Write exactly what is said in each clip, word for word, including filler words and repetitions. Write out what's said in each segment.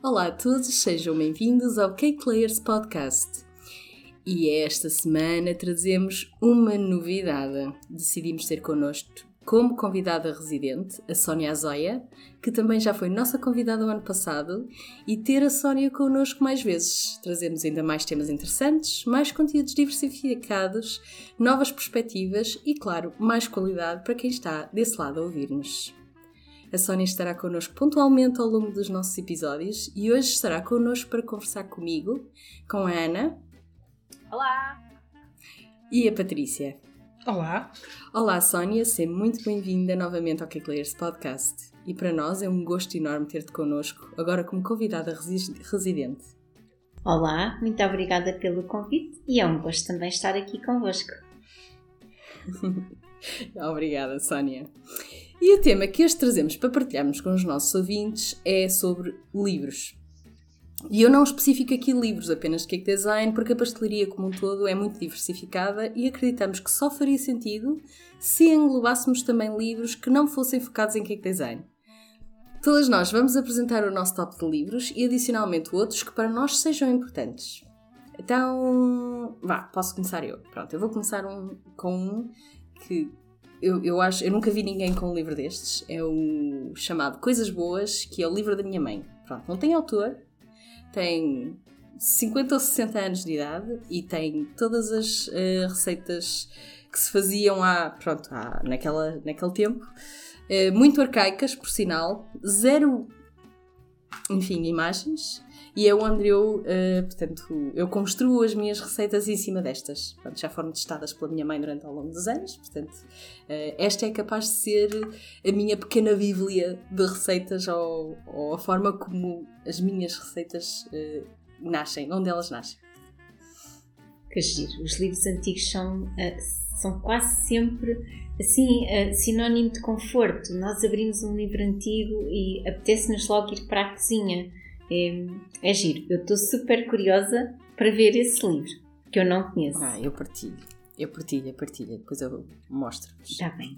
Olá a todos, sejam bem-vindos ao Cake Layers Podcast. E esta semana trazemos uma novidade. Decidimos ter connosco como convidada residente a Sónia Azoia, que também já foi nossa convidada o ano passado, e ter a Sónia connosco mais vezes. Trazemos ainda mais temas interessantes, mais conteúdos diversificados, novas perspectivas e, claro, mais qualidade para quem está desse lado a ouvir-nos. A Sónia estará connosco pontualmente ao longo dos nossos episódios e hoje estará connosco para conversar comigo, com a Ana. Olá! E a Patrícia. Olá! Olá, Sónia, seja muito bem-vinda novamente ao Cake Layers Podcast. E para nós é um gosto enorme ter-te connosco, agora como convidada residente. Olá, muito obrigada pelo convite e é um gosto também estar aqui convosco. Obrigada, Sónia. E o tema que hoje trazemos para partilharmos com os nossos ouvintes é sobre livros. E eu não especifico aqui livros apenas de cake design, porque a pastelaria como um todo é muito diversificada e acreditamos que só faria sentido se englobássemos também livros que não fossem focados em cake design. Todas nós vamos apresentar o nosso top de livros e adicionalmente outros que para nós sejam importantes. Então, vá, posso começar eu. Pronto, eu vou começar um, com um que eu, eu acho, eu nunca vi ninguém com um livro destes. É o chamado Coisas Boas, que é o livro da minha mãe. Pronto, não tem autor. Tem cinquenta ou sessenta anos de idade e tem todas as uh, receitas que se faziam há, pronto, há, naquela, naquele tempo, uh, muito arcaicas, por sinal, zero, enfim, imagens, e é onde eu, uh, portanto, eu construo as minhas receitas em cima destas. Portanto, já foram testadas pela minha mãe durante ao longo dos anos, portanto, uh, esta é capaz de ser a minha pequena bíblia de receitas ou, ou a forma como as minhas receitas uh, nascem, onde elas nascem. Que giro, os livros antigos são, uh, são quase sempre assim, uh, sinónimo de conforto. Nós abrimos um livro antigo e apetece-nos logo ir para a cozinha. É, é giro, eu estou super curiosa para ver esse livro, que eu não conheço. Ah, eu partilho, eu partilho, eu partilho, depois eu mostro. Está bem.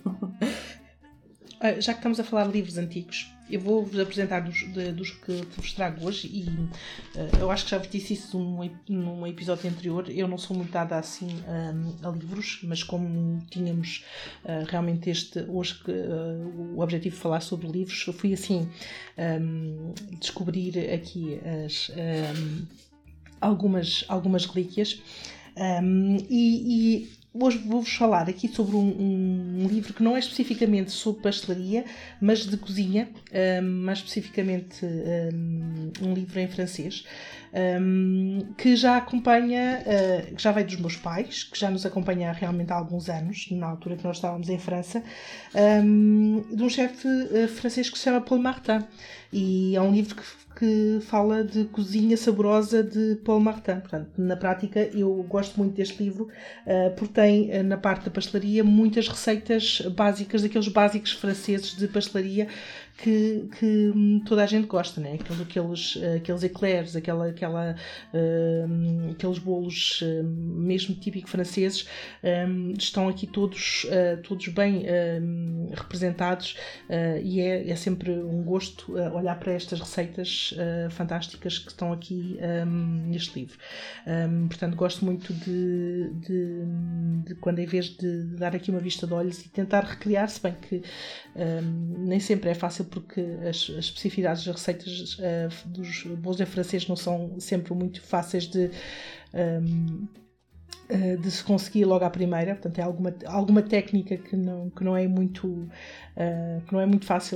Já que estamos a falar de livros antigos, eu vou-vos apresentar dos, de, dos que vos trago hoje e uh, eu acho que já vos disse isso num, num episódio anterior. Eu não sou muito dada assim um, a livros, mas como tínhamos uh, realmente este hoje que, uh, o objetivo de falar sobre livros, eu fui assim um, descobrir aqui as, um, algumas, algumas relíquias um, e, e hoje vou-vos falar aqui sobre um, um livro que não é especificamente sobre pastelaria, mas de cozinha, um, mais especificamente um, um livro em francês, um, que já acompanha, uh, que já veio dos meus pais, que já nos acompanha realmente há alguns anos, na altura que nós estávamos em França, um, de um chefe uh, francês que se chama Paul Martin. E é um livro que que fala de cozinha saborosa de Paul Martin. Portanto, na prática, eu gosto muito deste livro uh, porque tem, uh, na parte da pastelaria, muitas receitas básicas, daqueles básicos franceses de pastelaria que, que hum, toda a gente gosta, né? Aqueles, aqueles, uh, aqueles eclairs, aquela, aquela, uh, aqueles bolos uh, mesmo típico franceses, um, estão aqui todos, uh, todos bem uh, representados uh, e é, é sempre um gosto uh, olhar para estas receitas uh, fantásticas que estão aqui um, neste livro. Um, portanto, gosto muito de, de, de quando, em vez de dar aqui uma vista de olhos e tentar recriar, se bem que um, nem sempre é fácil, porque as, as especificidades das receitas uh, dos bolos em francês não são sempre muito fáceis de, um, uh, de se conseguir logo à primeira. Portanto, é alguma, alguma técnica que não, que não é muito, uh, que não é muito fácil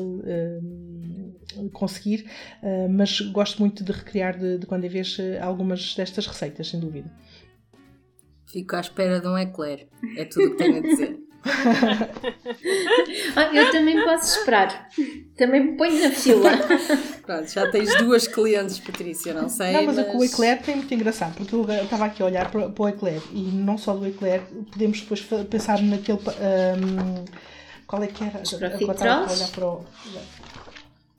uh, conseguir, uh, mas gosto muito de recriar de, de quando em vez algumas destas receitas, sem dúvida. Fico à espera de um eclair, é tudo o que tenho a dizer. Ah, eu também posso esperar. Também me ponho na fila. Pronto, já tens duas clientes, Patrícia, não sei. Não, mas, mas... o eclair tem muito engraçado, porque eu estava aqui a olhar para, para o eclair e não só do eclair, podemos depois pensar naquele. Um, qual é que era? Os profiteroles? Para o...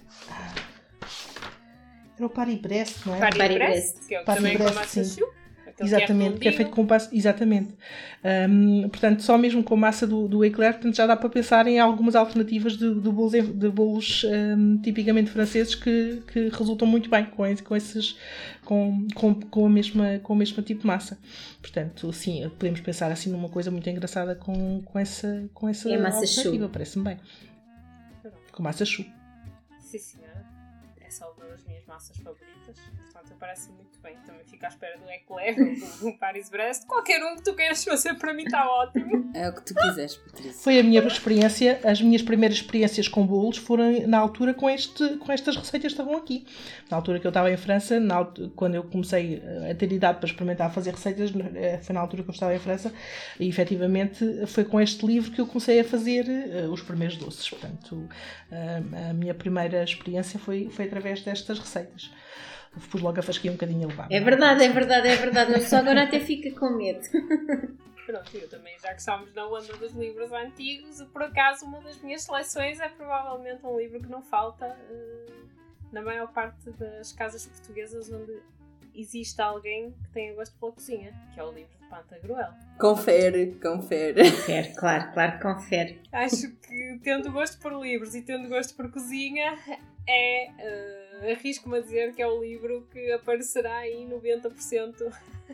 Era o Paris-Brest, não é? Paris-Brest, que é o que também com a massa sim. choux. Exatamente, que é feito com massa, exatamente. Um, portanto, só mesmo com massa do, do eclair, portanto, já dá para pensar em algumas alternativas de, de bolos, de bolos um, tipicamente franceses que, que resultam muito bem com, esse, com esses, com, com, com, a mesma, com o mesmo tipo de massa. Portanto, sim, podemos pensar assim numa coisa muito engraçada com, com essa, com essa é massa alternativa, choux. Parece-me bem. Com massa choux. Sim, senhora. É só uma das minhas massas favoritas. Portanto, parece-me muito bem. Também fico à espera do eclair ou do Paris-Brest. Qualquer um que tu queiras fazer para mim está ótimo. É o que tu quiseres, Patrícia. Foi a minha experiência, as minhas primeiras experiências com bolos foram na altura com, este, com estas receitas que estavam aqui. Na altura que eu estava em França, na altura, quando eu comecei a ter idade para experimentar fazer receitas, foi na altura que eu estava em França, e efetivamente foi com este livro que eu comecei a fazer uh, os primeiros doces. Portanto, uh, a minha primeira experiência foi, foi através destas receitas. Pus logo a fasquia um bocadinho elevada. É verdade, é verdade, é verdade. Mas só agora até fica com medo. Pronto, eu também, já que estamos na onda dos livros antigos, por acaso uma das minhas seleções é provavelmente um livro que não falta uh, na maior parte das casas portuguesas onde existe alguém que tenha gosto pela cozinha, que é o livro de Pantagruel. Confere, confere. Confere, claro, claro que confere. Acho que tendo gosto por livros e tendo gosto por cozinha, é, uh, arrisco-me a dizer que é o livro que aparecerá aí noventa por cento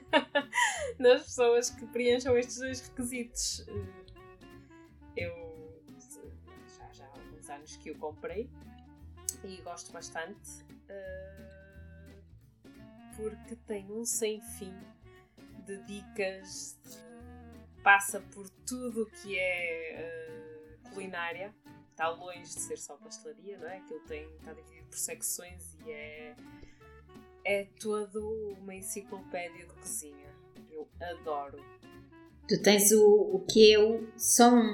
nas pessoas que preencham estes dois requisitos. Uh, eu já, já há alguns anos que o comprei e gosto bastante, uh, porque tem um sem fim de dicas, de, passa por tudo o que é uh, culinária. Está longe de ser só pastelaria, não é? Aquilo tem, está dividido por secções e é, é toda uma enciclopédia de cozinha. Eu adoro. Tu tens o, o que é o só um.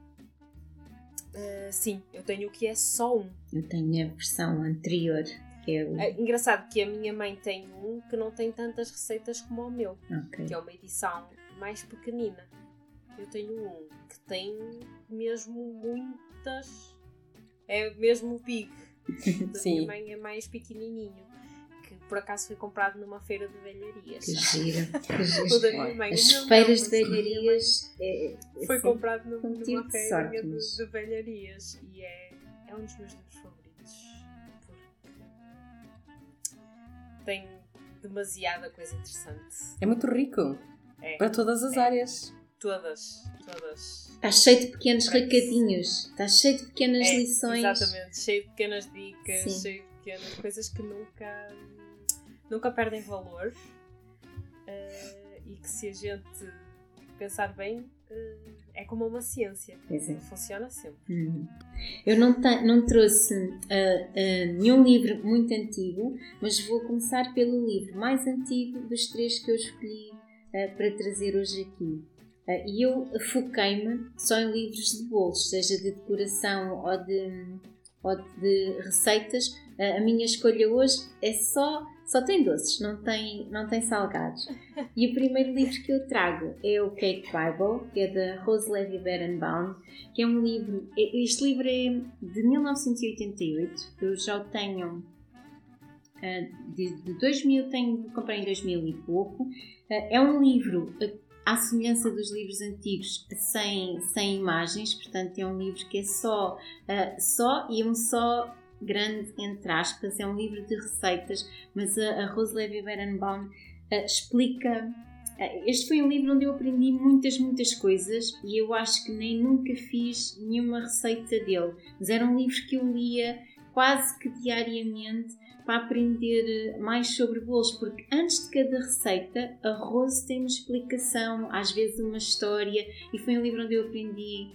Uh, sim, eu tenho o que é só um. Eu tenho a versão anterior. Que é, o... é engraçado que a minha mãe tem um que não tem tantas receitas como o meu. Okay. Que é uma edição mais pequenina. Eu tenho um que tem mesmo muitas... É mesmo big. A minha mãe é mais pequenininho. Que por acaso foi comprado numa feira de velharias. Que gira. Que gira. O da minha mãe, As o feiras não, de velharias... É, é foi assim, comprado numa, um numa feira de, de, de velharias. E é, é um dos meus livros favoritos. Porque tem demasiada coisa interessante. É muito rico. É. Para todas as é. áreas. Todas, todas. Está cheio de pequenos Parece. recadinhos. Está cheio de pequenas É, lições. Exatamente, cheio de pequenas dicas, Sim. cheio de pequenas coisas que nunca, nunca perdem valor, uh, e que se a gente pensar bem, uh, é como uma ciência. É. Funciona sempre. Hum. Eu não, te, não trouxe uh, uh, nenhum livro muito antigo, mas vou começar pelo livro mais antigo dos três que eu escolhi uh, para trazer hoje aqui. Uh, e eu foquei-me só em livros de bolos, seja de decoração ou de, ou de receitas. Uh, a minha escolha hoje é só, só tem doces, não tem, não tem salgados. E o primeiro livro que eu trago é o Cake Bible, que é da Rose Levy Berenbaum, que é um livro, este livro é de mil novecentos e oitenta e oito, eu já o tenho, uh, de, de dois mil, tenho, comprei em dois mil e pouco. Uh, é um livro... Uh, à semelhança dos livros antigos, sem, sem imagens, portanto é um livro que é só, uh, só e um só grande, entre aspas, é um livro de receitas, mas a, a Rose Levy Berenbaum uh, explica... Uh, este foi um livro onde eu aprendi muitas, muitas coisas e eu acho que nem nunca fiz nenhuma receita dele, mas era um livro que eu lia quase que diariamente para aprender mais sobre bolos, porque antes de cada receita a Rose tem uma explicação, às vezes uma história, e foi um livro onde eu aprendi,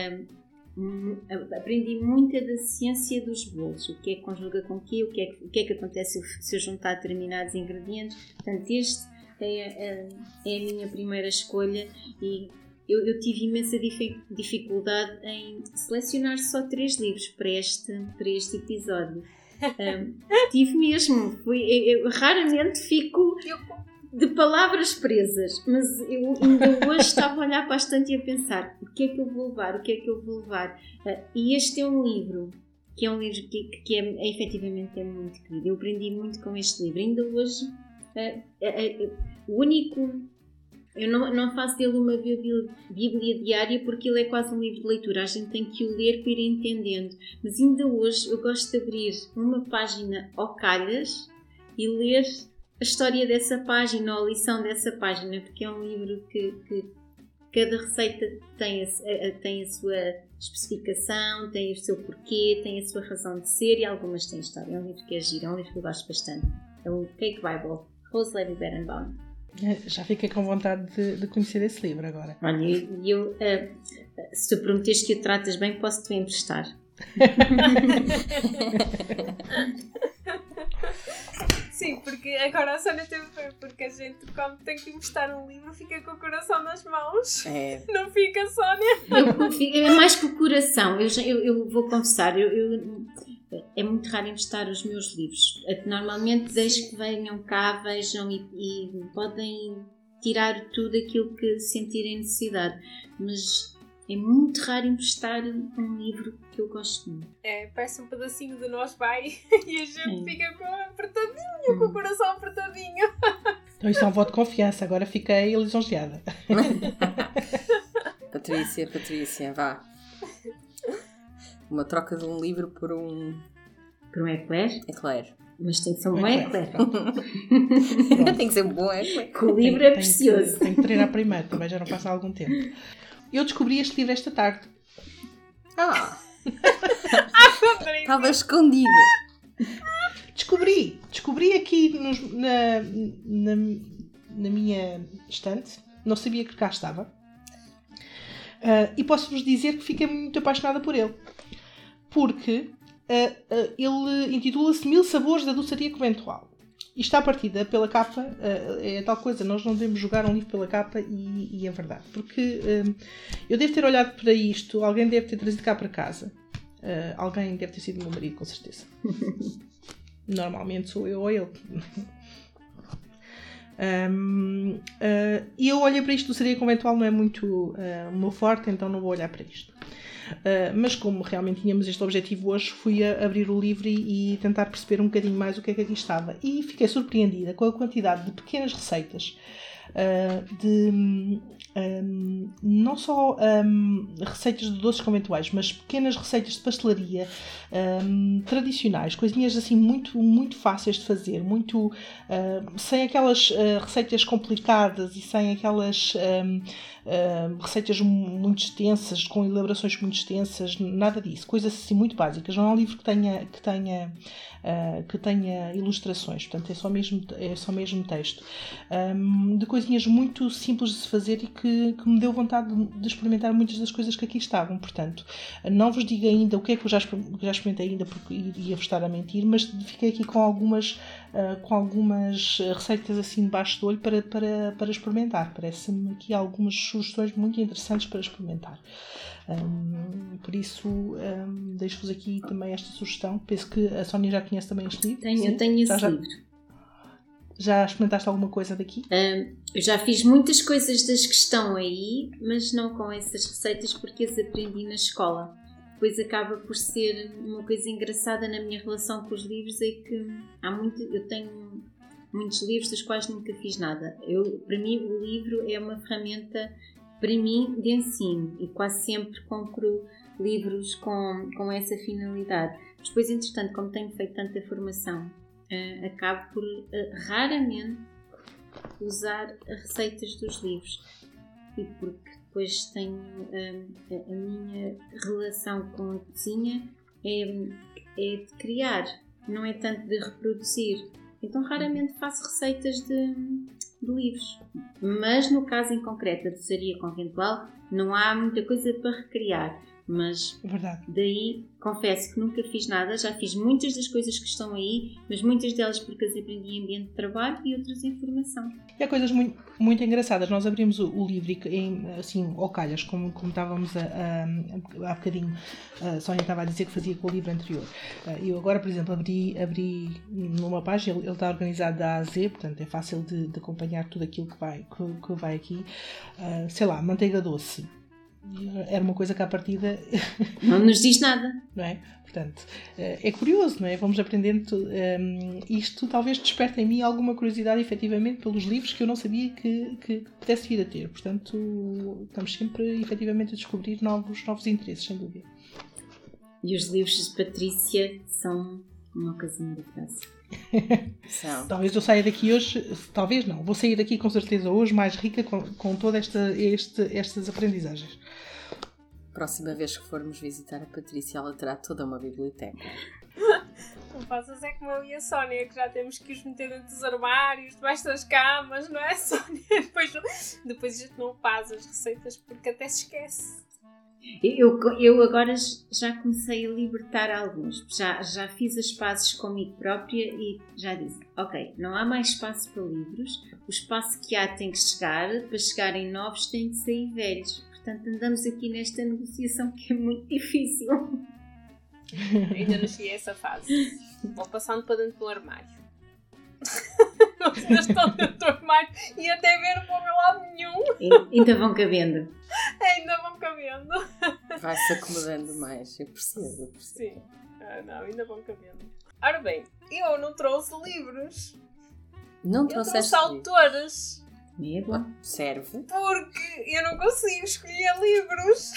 um, aprendi muita da ciência dos bolos, o que é que conjuga com o quê, o que é que, o que, é que acontece se eu juntar determinados ingredientes. Portanto, este é, é, é a minha primeira escolha e eu, eu tive imensa dificuldade em selecionar só três livros para este, para este episódio. Um, tive mesmo, fui, eu, eu raramente fico de palavras presas, mas eu ainda hoje estava a olhar para a estante e a pensar o que é que eu vou levar, o que é que eu vou levar, uh, e este é um livro que é um livro que, que é, é efetivamente é muito querido. Eu aprendi muito com este livro, ainda hoje uh, uh, uh, o único... Eu não, não faço dele uma bíblia, bíblia diária porque ele é quase um livro de leitura. A gente tem que o ler para ir entendendo. Mas ainda hoje eu gosto de abrir uma página ao calhas e ler a história dessa página ou a lição dessa página, porque é um livro que, que cada receita tem a, tem a sua especificação, tem o seu porquê, tem a sua razão de ser e algumas têm história. É um livro que é giro, é um livro que eu gosto bastante. É o Cake Bible, Rose Levy Berenbaum. Já fiquei com vontade de, de conhecer esse livro agora. Olha, eu, eu, uh, se tu prometeres que o tratas bem, posso-te emprestar. Sim, porque agora a Sónia teve porque a gente, quando tem que emprestar um livro, fica com o coração nas mãos. É. Não fica, Sónia? Eu, é mais que o coração. Eu, eu, eu vou confessar, eu, eu, é muito raro emprestar os meus livros. Normalmente deixo que venham cá, vejam e, e podem tirar tudo aquilo que sentirem necessidade. Mas é muito raro emprestar um livro que eu gosto muito. É, parece um pedacinho de nós vai e a gente Sim. fica com apertadinho, hum. com o coração apertadinho. Então isto é um voto de confiança, agora fiquei lisonjeada. Patrícia, Patrícia, vá. Uma troca de um livro por um... Por um eclair? Eclair. Mas tem que ser um bom eclair. Tem que ser um bom eclair. Que o livro tem, é precioso. Tem que treinar primeiro, também já não passa algum tempo. Eu descobri este livro esta tarde. Ah! Estava escondido. Descobri. Descobri aqui nos, na, na, na minha estante. Não sabia que cá estava. Uh, e posso-vos dizer que fiquei muito apaixonada por ele. Porque uh, uh, ele intitula-se Mil Sabores da Doçaria Conventual. E está partida pela capa, uh, é tal coisa, nós não devemos julgar um livro pela capa e, e é verdade. Porque uh, eu devo ter olhado para isto, alguém deve ter trazido cá para casa. Uh, alguém deve ter sido o meu marido, com certeza. Normalmente sou eu ou ele. um, uh, e eu olhei para isto, doçaria conventual não é muito uh, o meu forte, então não vou olhar para isto. Uh, mas como realmente tínhamos este objetivo hoje, fui a abrir o livro e, e tentar perceber um bocadinho mais o que é que aqui estava. E fiquei surpreendida com a quantidade de pequenas receitas, uh, de um, não só um, receitas de doces conventuais, mas pequenas receitas de pastelaria um, tradicionais, coisinhas assim muito, muito fáceis de fazer, muito, uh, sem aquelas uh, receitas complicadas e sem aquelas um, uh, receitas muito extensas, com elaborações muito extensas, nada disso, coisas assim muito básicas. Não é um livro que tenha, que tenha, uh, que tenha ilustrações, portanto é só mesmo, é só mesmo texto, um, de coisinhas muito simples de se fazer e que, que me deu vontade de, de experimentar muitas das coisas que aqui estavam. Portanto, não vos digo ainda o que é que eu já, já experimentei ainda, porque ia-vos estar a mentir, mas fiquei aqui com algumas, uh, com algumas receitas assim debaixo do olho para, para, para experimentar. Parece-me aqui algumas sugestões muito interessantes para experimentar. Um, por isso, um, deixo-vos aqui também esta sugestão. Penso que a Sónia já conhece também este livro. Tenho, eu tenho esse já, livro. Já experimentaste alguma coisa daqui? Um, eu já fiz muitas coisas das que estão aí, mas não com essas receitas porque as aprendi na escola. Depois acaba por ser uma coisa engraçada na minha relação com os livros, é que há muito, eu tenho muitos livros dos quais nunca fiz nada. Eu, para mim o livro é uma ferramenta, para mim, de ensino, e quase sempre compro livros com, com essa finalidade. Depois, entretanto, como tenho feito tanta formação, uh, acabo por uh, raramente usar receitas dos livros, e porque depois tenho uh, a, a minha relação com a cozinha é, é de criar, não é tanto de reproduzir. Então raramente faço receitas de, de livros, mas no caso em concreto da doçaria conventual não há muita coisa para recriar, mas Verdade. Daí confesso que nunca fiz nada, já fiz muitas das coisas que estão aí, mas muitas delas porque as aprendi em ambiente de trabalho e outras em formação. E há coisas muito, muito engraçadas. Nós abrimos o, o livro em, assim, ao calhas, como, como estávamos a, a, há bocadinho, a Sónia estava a dizer que fazia com o livro anterior. Eu agora, por exemplo, abri, abri numa página, ele, ele está organizado da A a Z, portanto é fácil de, de acompanhar tudo aquilo que vai, que, que vai aqui. Uh, sei lá, manteiga doce. era uma coisa que à partida não nos diz nada. Não é? Portanto, é curioso, não é? Vamos aprendendo. Um, isto talvez desperte em mim alguma curiosidade, efetivamente, pelos livros que eu não sabia que, que pudesse vir a ter. Portanto, estamos sempre, efetivamente, a descobrir novos, novos interesses, sem dúvida. E os livros de Patrícia são uma coisa maravilhosa. Talvez eu saia daqui hoje, talvez não, vou sair daqui com certeza hoje mais rica com, com todas esta, este, estas aprendizagens. Próxima vez que formos visitar a Patrícia, ela terá toda uma biblioteca. Não faças é como eu e a Sónia, que já temos que os meter dentro dos armários, debaixo das camas, não é, Sónia? Depois, depois a gente não faz as receitas porque até se esquece. Eu, eu agora já comecei a libertar alguns. Já, já fiz as pazes comigo própria e já disse, ok, não há mais espaço para livros. O espaço que há tem que chegar. Para chegarem novos tem que sair velhos. Portanto, andamos aqui nesta negociação que é muito difícil. Ainda não cheguei a essa fase. Vou passando para dentro do armário. Não estão dentro do armário e até ver não vou ver lado nenhum. Ainda vão cabendo. Ainda vão cabendo. Vai-se acomodando mais, eu percebo, eu percebo. Sim, ah, não, ainda vão cabendo. Ora bem, eu não trouxe livros. Não eu trouxeste trouxe autores. É bom. Serve. Porque eu não consigo escolher livros.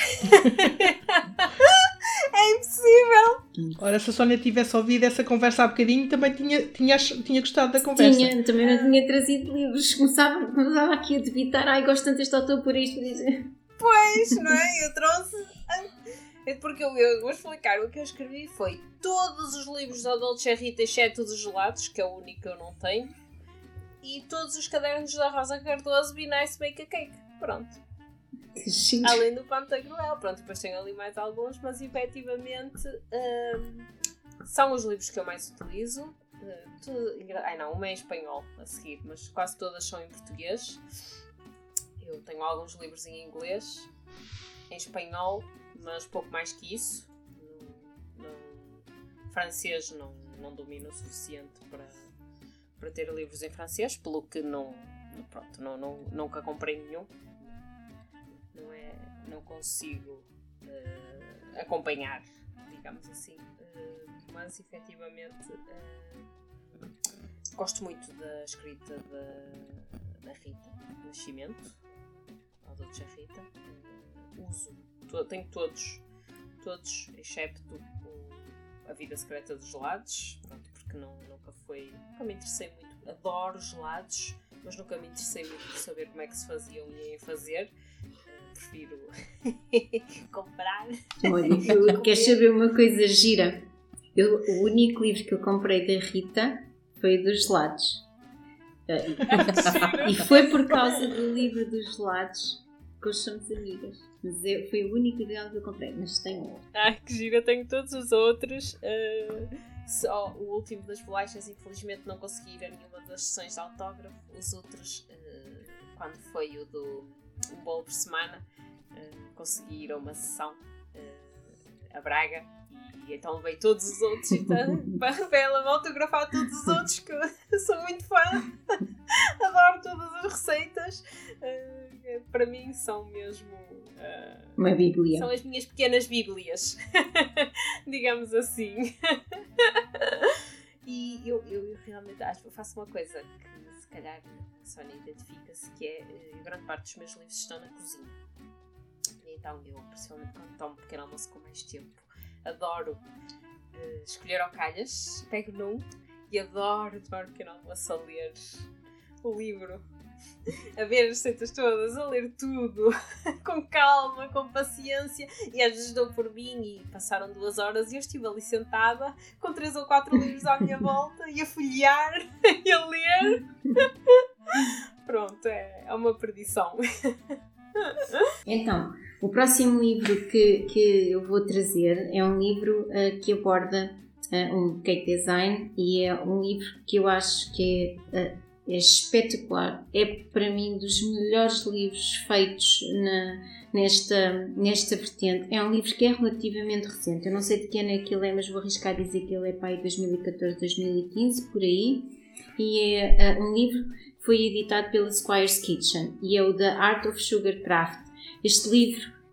É impossível. Ora, se a Sónia tivesse ouvido essa conversa há bocadinho, também tinha, tinha, tinha gostado da conversa. Tinha, também não tinha trazido livros. Começava, começava aqui a debitar. Ai, gosto tanto deste autor por isto, por isto. Pois, não é? Eu trouxe... É porque eu, eu vou explicar. O que eu escrevi foi todos os livros da Dolce Rita, exceto dos gelados, que é o único que eu não tenho, e todos os cadernos da Rosa Cardoso, Be Nice, Make a Cake. Pronto. Além do Pantagruel. Pronto, depois tenho ali mais alguns, mas efetivamente um, são os livros que eu mais utilizo. Uh, tudo, ai não, uma é em espanhol a seguir, mas quase todas são em português. Eu tenho alguns livros em inglês, em espanhol, mas pouco mais que isso. No, no francês não, não domino o suficiente para, para ter livros em francês, pelo que não, pronto, não, não, nunca comprei nenhum. Não, é, não consigo uh, acompanhar, digamos assim. Uh, mas efetivamente uh, gosto muito da escrita da, da Rita Nascimento, a Dolce Rita. Uh, uso, to, tenho todos, todos, excepto o, A Vida Secreta dos Gelados, pronto, porque não, nunca foi, nunca me interessei muito. Adoro gelados, mas nunca me interessei muito por saber como é que se faziam e ia fazer. Prefiro comprar. Olha, queres saber uma coisa gira? Eu, o único livro que eu comprei da Rita foi o dos gelados. E foi por causa do livro dos gelados que hoje somos amigas. Mas eu, foi o único dela que eu comprei. Mas tenho. Ai, que gira, tenho todos os outros. Uh, só o último das bolachas, infelizmente, não consegui ir a nenhuma das sessões de autógrafo. Os outros, uh, quando foi o do Um Bolo por Semana, uh, consegui ir a uma sessão uh, a Braga e então levei todos os outros então, para ela me autografar todos os outros, que eu sou muito fã. Adoro todas as receitas. Uh, para mim são mesmo uh, uma bíblia. São as minhas pequenas bíblias. Digamos assim. E eu, eu, eu realmente acho que eu faço uma coisa que se calhar a Sónia identifica-se, que é a grande parte dos meus livros estão na cozinha. E então eu, principalmente quando tomo um pequeno almoço com mais tempo, adoro uh, escolher ao calhas, pego num e adoro tomar um pequeno almoço a ler o livro, a ver as receitas todas, a ler tudo com calma, com paciência, e às vezes dou por mim e passaram duas horas e eu estive ali sentada com três ou quatro livros à minha volta e a folhear e a ler. Pronto, é, é uma perdição. Então, o próximo livro que, que eu vou trazer é um livro uh, que aborda uh, um cake design, e é um livro que eu acho que é, uh, é espetacular. É para mim dos melhores livros feitos na, nesta, nesta vertente. É um livro que é relativamente recente. Eu não sei de que ano é que ele é, mas vou arriscar a dizer que ele é para aí dois mil e catorze, dois mil e quinze, por aí. E é uh, um livro que foi editado pela Squire's Kitchen e é o The Art of Sugar Craft. Este livro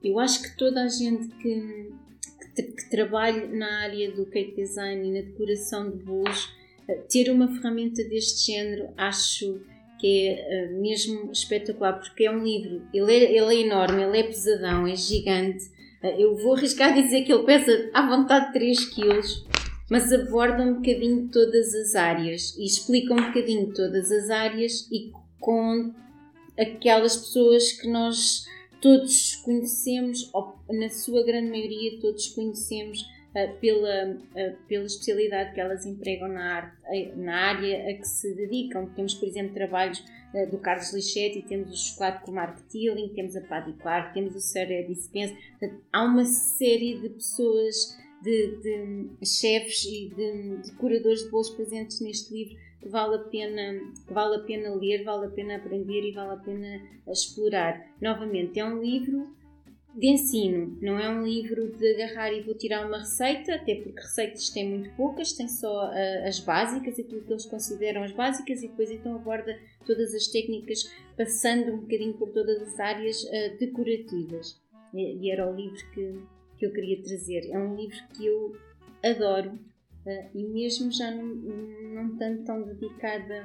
eu acho que toda a gente que, que, que trabalhe na área do cake design e na decoração de bolos, ter uma ferramenta deste género, acho que é uh, mesmo espetacular, porque é um livro, ele é, ele é enorme, ele é pesadão, é gigante. Uh, eu vou arriscar dizer que ele pesa à vontade três quilos, mas aborda um bocadinho todas as áreas e explica um bocadinho todas as áreas e com aquelas pessoas que nós todos conhecemos, ou na sua grande maioria todos conhecemos, Uh, pela, uh, pela especialidade que elas empregam na, arte, uh, na área a que se dedicam. Temos, por exemplo, trabalhos uh, do Carlos Lichetti, temos o chocolate com Mark Tilling, temos a Paddy Clark, temos o Sir Eddie Spence. Portanto, há uma série de pessoas, de, de chefes e de decoradores de bolos presentes neste livro que vale a pena, que vale a pena ler, vale a pena aprender e vale a pena explorar. Novamente, é um livro de ensino, não é um livro de agarrar e vou tirar uma receita, até porque receitas tem muito poucas, tem só uh, as básicas, aquilo que eles consideram as básicas, e depois então aborda todas as técnicas, passando um bocadinho por todas as áreas uh, decorativas. E, e era o livro que, que eu queria trazer. É um livro que eu adoro, uh, e mesmo já não, não tanto tão dedicada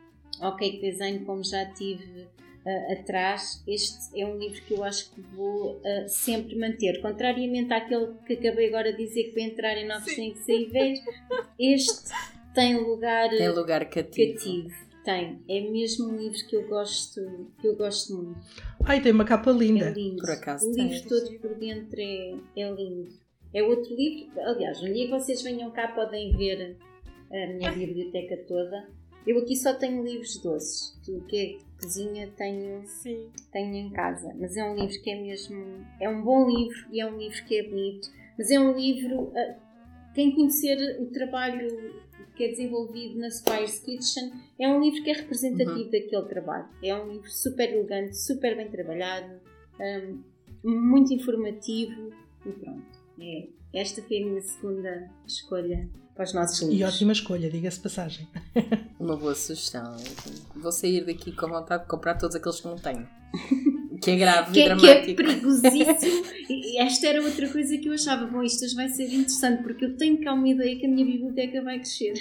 ao cake design como já tive Uh, atrás, este é um livro que eu acho que vou uh, sempre manter, contrariamente àquele que acabei agora de dizer que para entrar em novos tem que sair velhos. Este tem lugar, tem lugar cativo. cativo tem, é mesmo um livro que eu gosto que eu gosto muito. Ai, tem uma capa linda, é lindo. Por acaso o tem. livro todo por dentro é, é lindo, é outro livro. Aliás, um dia que vocês venham cá podem ver a minha biblioteca toda. Eu aqui só tenho livros doces, tudo que é cozinha tenho, tenho em casa, mas é um livro que é mesmo, é um bom livro e é um livro que é bonito, mas é um livro, quem conhecer o trabalho que é desenvolvido na Spire's Kitchen, é um livro que é representativo uhum. daquele trabalho, é um livro super elegante, super bem trabalhado, um, muito informativo e pronto, é, esta foi a minha segunda escolha para os nossos livros. E ótima escolha, diga-se passagem. Uma boa sugestão. Vou sair daqui com vontade de comprar todos aqueles que não tenho. Que é grave que, e dramático. Que é perigosíssimo. E esta era outra coisa que eu achava. Bom, isto vai ser interessante, porque eu tenho cá uma ideia que a minha biblioteca vai crescer.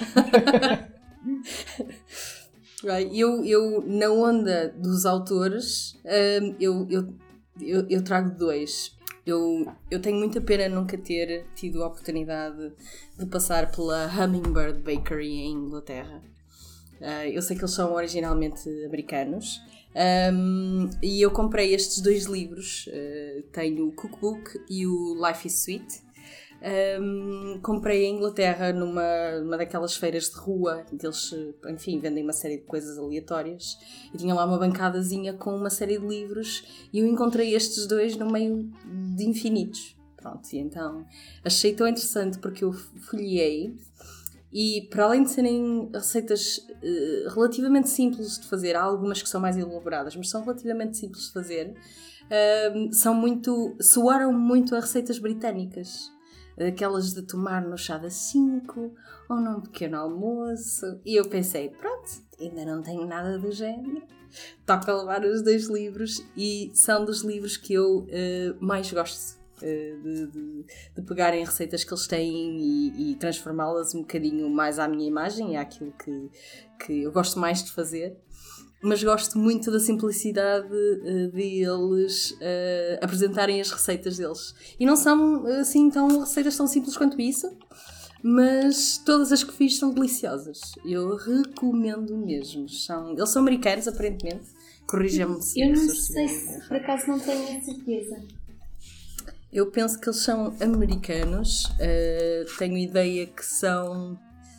eu, eu, na onda dos autores, eu, eu, eu, eu trago dois. Eu, eu tenho muita pena nunca ter tido a oportunidade de passar pela Hummingbird Bakery em Inglaterra. Uh, eu sei que eles são originalmente americanos, um, e eu comprei estes dois livros, uh, tenho o Cookbook e o Life is Sweet. Um, comprei em Inglaterra numa, numa daquelas feiras de rua que eles, enfim, vendem uma série de coisas aleatórias, e tinha lá uma bancadazinha com uma série de livros e eu encontrei estes dois no meio de infinitos. Pronto, e então achei tão interessante porque eu folhei e, para além de serem receitas uh, relativamente simples de fazer, há algumas que são mais elaboradas, mas são relativamente simples de fazer, uh, são muito, soaram muito a receitas britânicas. Aquelas de tomar no chá das cinco ou num pequeno almoço. E eu pensei, pronto, ainda não tenho nada do género. Toca levar os dois livros e são dos livros que eu uh, mais gosto uh, de, de, de pegar em receitas que eles têm e, e transformá-las um bocadinho mais à minha imagem e àquilo que, que eu gosto mais de fazer. Mas gosto muito da simplicidade uh, de eles uh, apresentarem as receitas deles. E não são assim tão receitas tão simples quanto isso, mas todas as que fiz são deliciosas. Eu recomendo mesmo. São, eles são americanos, aparentemente. Corrija-me se eu não sei se por acaso não tenho a certeza. Eu penso que eles são americanos. Uh, tenho ideia que são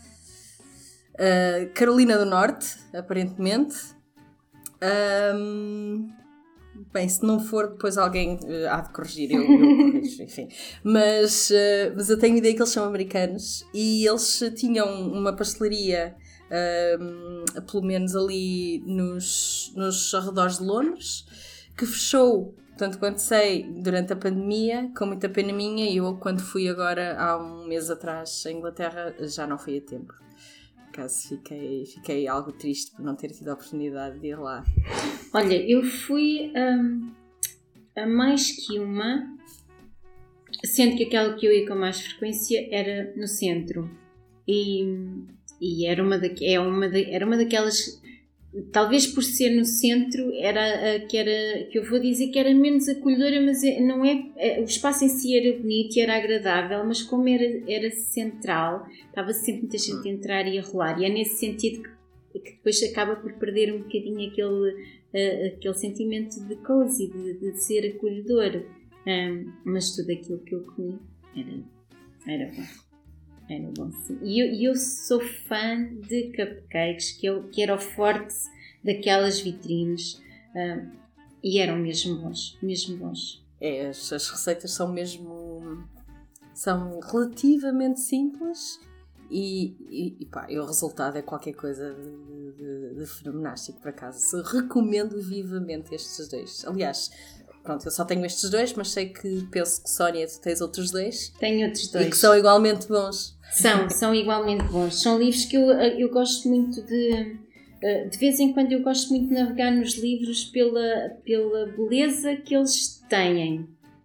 uh, Carolina do Norte, aparentemente. Um, bem, se não for, depois alguém uh, há de corrigir, eu, eu corrijo, enfim. Mas, uh, mas eu tenho ideia que eles são americanos e eles tinham uma pastelaria, uh, pelo menos ali nos, nos arredores de Londres, que fechou, tanto quanto sei, durante a pandemia, com muita pena minha, e eu, quando fui agora há um mês atrás à Inglaterra, já não fui a tempo. Caso fiquei, fiquei algo triste por não ter tido a oportunidade de ir lá. Olha, eu fui um, a mais que uma, sendo que aquela que eu ia com mais frequência era no centro. E, e era, uma da, é uma da, era uma daquelas, talvez por ser no centro, era a que, era, que eu vou dizer que era menos acolhedora, mas não é, é, o espaço em si era bonito e era agradável, mas como era, era central, estava sempre muita gente a entrar e a rolar. E é nesse sentido que, que depois acaba por perder um bocadinho aquele, uh, aquele sentimento de cozy, de, de ser acolhedor. Um, mas tudo aquilo que eu comi era, era bom. Era bom, sim. E eu, eu sou fã de cupcakes, que, eu, que era o forte daquelas vitrines. Um, e eram mesmo bons, mesmo bons. É, as, as receitas são mesmo... São relativamente simples e, e, e, pá, e o resultado é qualquer coisa de, de, de fenomenástico, por acaso. Recomendo vivamente estes dois. Aliás... Pronto, eu só tenho estes dois, mas sei que penso que, Sónia, tu tens outros dois. Tenho outros dois. E que são igualmente bons. São, são igualmente bons. São livros que eu, eu gosto muito de... De vez em quando eu gosto muito de navegar nos livros pela, pela beleza que eles têm.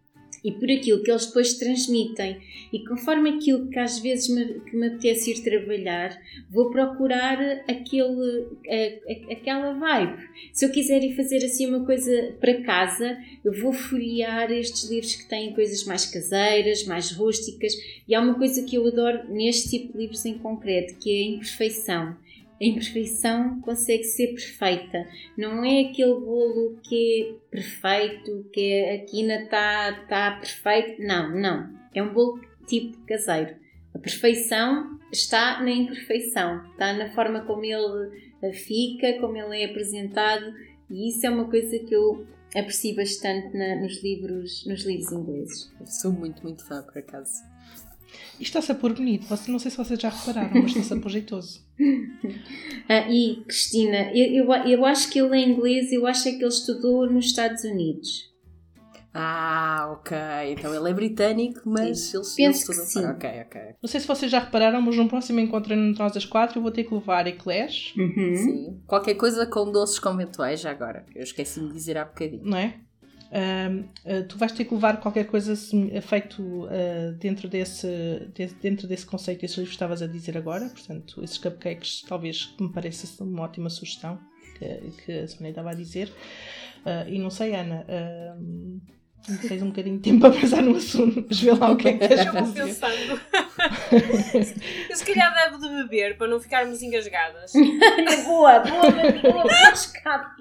E por aquilo que eles depois transmitem. E conforme aquilo que às vezes me, que me apetece ir trabalhar, vou procurar aquele, a, a, aquela vibe. Se eu quiser ir fazer assim uma coisa para casa, eu vou folhear estes livros que têm coisas mais caseiras, mais rústicas. E há uma coisa que eu adoro neste tipo de livros em concreto, que é a imperfeição. A imperfeição consegue ser perfeita. Não é aquele bolo que é perfeito, que é, a quina está tá perfeito. Não, não. É um bolo tipo caseiro. A perfeição está na imperfeição. Está na forma como ele fica, como ele é apresentado. E isso é uma coisa que eu aprecio bastante na, nos, livros, nos livros ingleses. Eu sou muito, muito fã, por acaso. Isto está-se a pôr bonito. Não sei se vocês já repararam, mas está-se a pôr jeitoso. Ah, e, Cristina, eu, eu, eu acho que ele é inglês, eu acho é que ele estudou nos Estados Unidos. Ah, ok. Então ele é britânico, mas Sim. ele, ele Penso estudou que sim. fora. Ok, ok. Não sei se vocês já repararam, mas no próximo encontro entre nós as quatro eu vou ter que levar eclairs, Uhum. Sim. Qualquer coisa com doces conventuais, já agora. Eu esqueci-me de dizer há bocadinho. não é? Um, uh, tu vais ter que levar qualquer coisa sim- feito uh, dentro, desse, de- dentro desse conceito, esse livro que estavas a dizer agora. Portanto, esses cupcakes talvez me pareça uma ótima sugestão que, que a Sónia estava a dizer. Uh, e não sei, Ana, uh, tens um bocadinho de tempo para pensar no assunto, mas vê lá o que é que queres Eu vou fazer. pensando. Eu se calhar devo de beber para não ficarmos engasgadas. Boa, boa, boa, boa escape.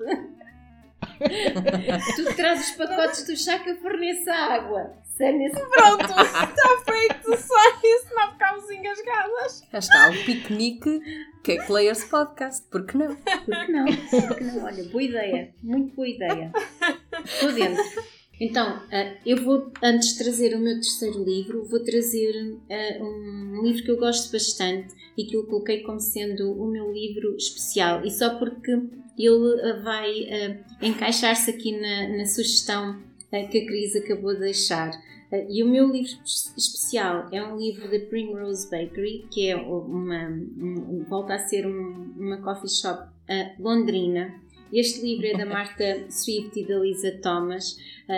Tu trazes os pacotes do chá que eu forneço a água. Sério? Pronto, está feito, só isso, não ficámos engasgadas. Já está, o piquenique Cake Layers Podcast. Por que não? Por que não? Por que não? Olha, boa ideia. Muito boa ideia. Estou dentro. Então, uh, eu vou, antes de trazer o meu terceiro livro, vou trazer uh, um livro que eu gosto bastante e que eu coloquei como sendo o meu livro especial. E só porque ele uh, vai uh, encaixar-se aqui na, na sugestão uh, que a Cris acabou de deixar. Uh, e o meu livro especial é um livro da Primrose Bakery, que é uma, um, volta a ser um, uma coffee shop uh, londrina. Este livro é da Martha Swift e da Lisa Thomas.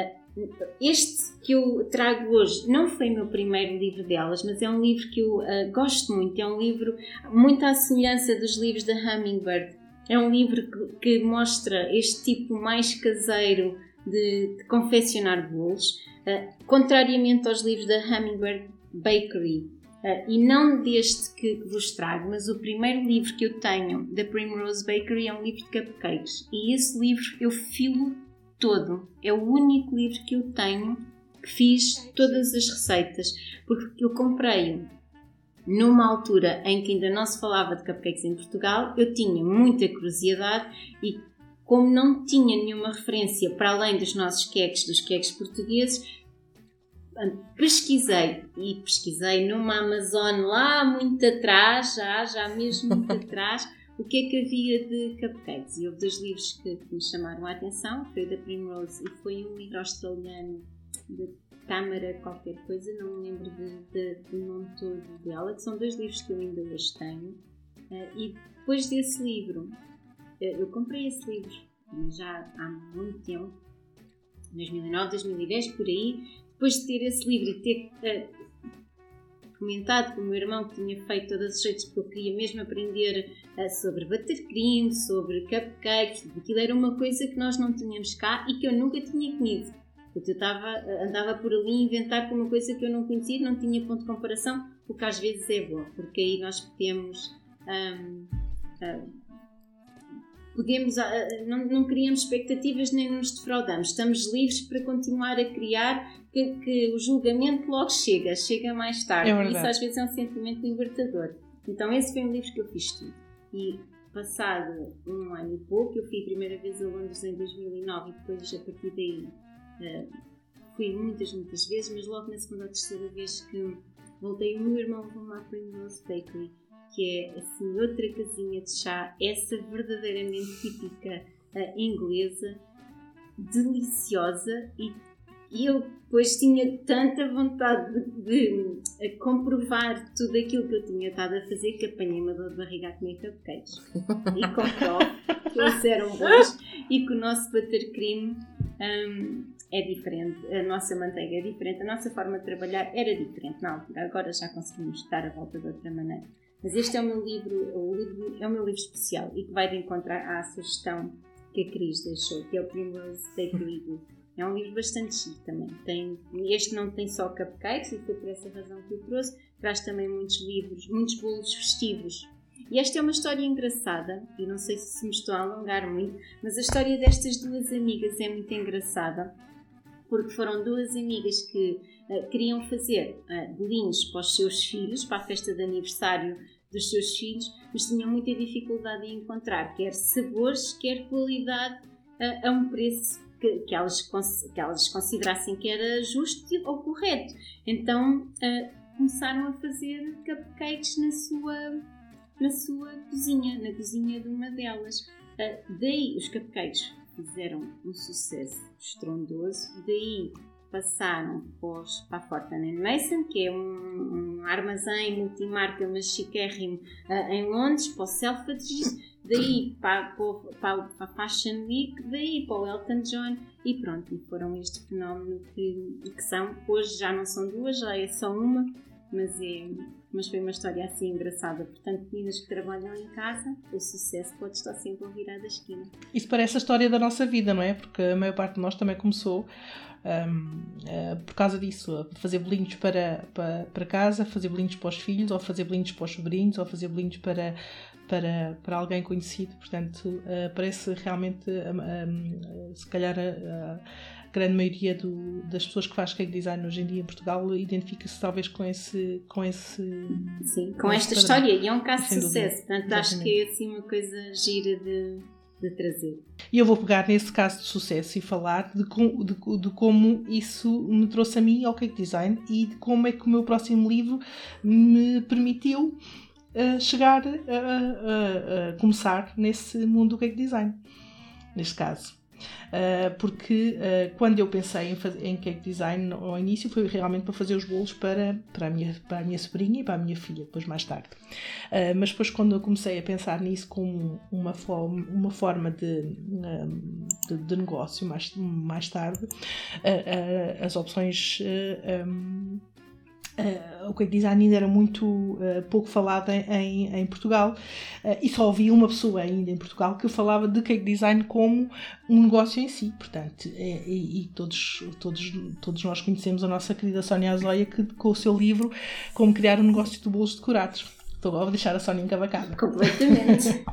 Este que eu trago hoje não foi o meu primeiro livro delas, mas é um livro que eu uh, gosto muito. É um livro muito à semelhança dos livros da Hummingbird. É um livro que, que mostra este tipo mais caseiro de, de confeccionar bolos, uh, contrariamente aos livros da Hummingbird Bakery. Uh, e não deste que vos trago, mas o primeiro livro que eu tenho da Primrose Bakery é um livro de cupcakes. E esse livro eu filo todo. É o único livro que eu tenho que fiz todas as receitas. Porque eu comprei-o numa altura em que ainda não se falava de cupcakes em Portugal. Eu tinha muita curiosidade e, como não tinha nenhuma referência para além dos nossos queques, dos queques portugueses, pesquisei e pesquisei numa Amazon lá muito atrás, já, já mesmo muito atrás, o que é que havia de cupcakes. E houve dois livros que, que me chamaram a atenção, foi o da Primrose e foi um livro australiano de Câmara qualquer coisa, não me lembro de, de, do nome todo dela, que são dois livros que eu ainda hoje tenho. Uh, e depois desse livro, uh, eu comprei esse livro já há muito tempo, dois mil e nove, dois mil e dez, por aí, depois de ter esse livro e ter uh, comentado com o meu irmão que tinha feito todas as receitas, porque eu queria mesmo aprender uh, sobre buttercream, sobre cupcakes, aquilo era uma coisa que nós não tínhamos cá e que eu nunca tinha comido. Eu estava, andava por ali a inventar com uma coisa que eu não conhecia, não tinha ponto de comparação, o que às vezes é bom, porque aí nós podemos, um, um, podemos uh, não, não criamos expectativas nem nos defraudamos, estamos livres para continuar a criar, que, que o julgamento logo chega, chega mais tarde, é e isso às vezes é um sentimento libertador. Então esse foi um livro que eu fiz tudo. E passado um ano e pouco, eu fui a primeira vez a Londres em dois mil e nove e depois a partir daí Uh, fui muitas, muitas vezes, mas logo na segunda ou terceira vez que voltei, o meu irmão levou-me à Primrose Bakery, que é assim outra casinha de chá, essa verdadeiramente típica uh, inglesa, deliciosa, e, e eu depois tinha tanta vontade de, de, de comprovar tudo aquilo que eu tinha estado a fazer que apanhei uma dor de barriga a comer cupcakes e comprovo que eles eram bons e que o nosso buttercream um, é diferente, a nossa manteiga é diferente, a nossa forma de trabalhar era diferente na altura, agora já conseguimos dar a volta de outra maneira. Mas este é o meu livro, o livro é o meu livro especial e que vai de encontrar à sugestão que a Cris deixou, que é o Primrose Bakery Book. É um livro bastante chique também. Tem, este não tem só cupcakes, e foi por essa razão que eu trouxe, traz também muitos livros, muitos bolos festivos. E esta é uma história engraçada, e não sei se me estou a alongar muito, mas a história destas duas amigas é muito engraçada, porque foram duas amigas que uh, queriam fazer uh, bolinhos para os seus filhos, para a festa de aniversário dos seus filhos, mas tinham muita dificuldade em encontrar quer sabores, quer qualidade uh, a um preço que, que, elas, que elas considerassem que era justo ou correto. Então uh, começaram a fazer cupcakes na sua, na sua cozinha, na cozinha de uma delas. Uh, daí os cupcakes fizeram um sucesso estrondoso, daí passaram para a Fortnum and Mason, que é um, um armazém multimarca, mas chiquérrimo, uh, em Londres, para o Selfridges, daí para, para, para a Fashion Week, daí para o Elton John, e pronto, e foram este fenómeno que, que são, hoje já não são duas, já é só uma, mas, é, mas foi uma história assim engraçada. Portanto, meninas que trabalham em casa, o sucesso pode estar sempre ao virar da esquina. Isso parece a história da nossa vida, não é? Porque a maior parte de nós também começou um, uh, por causa disso, a fazer bolinhos para, para, para casa, fazer bolinhos para os filhos, ou fazer bolinhos para os sobrinhos, ou fazer bolinhos para, para, para alguém conhecido. Portanto, uh, parece realmente, um, um, se calhar, a, a grande maioria do, das pessoas que faz cake design hoje em dia em Portugal identifica-se talvez com esse... Com esse Sim, com, com esta esse história, e é um caso de sucesso. Portanto, acho que é assim uma coisa gira de... de trazer. E eu vou pegar nesse caso de sucesso e falar de, com, de, de como isso me trouxe a mim ao cake design e de como é que o meu próximo livro me permitiu uh, chegar a, a, a começar nesse mundo do cake design, neste caso. Uh, porque uh, quando eu pensei em, fazer, em cake design ao início foi realmente para fazer os bolos para, para, a, minha, para a minha sobrinha e para a minha filha, depois mais tarde. Uh, mas depois quando eu comecei a pensar nisso como uma, forma, uma forma de, um, de, de negócio mais, mais tarde, uh, uh, as opções... Uh, um, Uh, o cake design ainda era muito uh, pouco falado em, em Portugal uh, e só havia uma pessoa ainda em Portugal que falava de cake design como um negócio em si, portanto, é, e, e todos, todos, todos nós conhecemos a nossa querida Sónia Azoia que, com o seu livro Como Criar um Negócio de Bolos Decorados. Estou a deixar a Sónia encabacada. Completamente.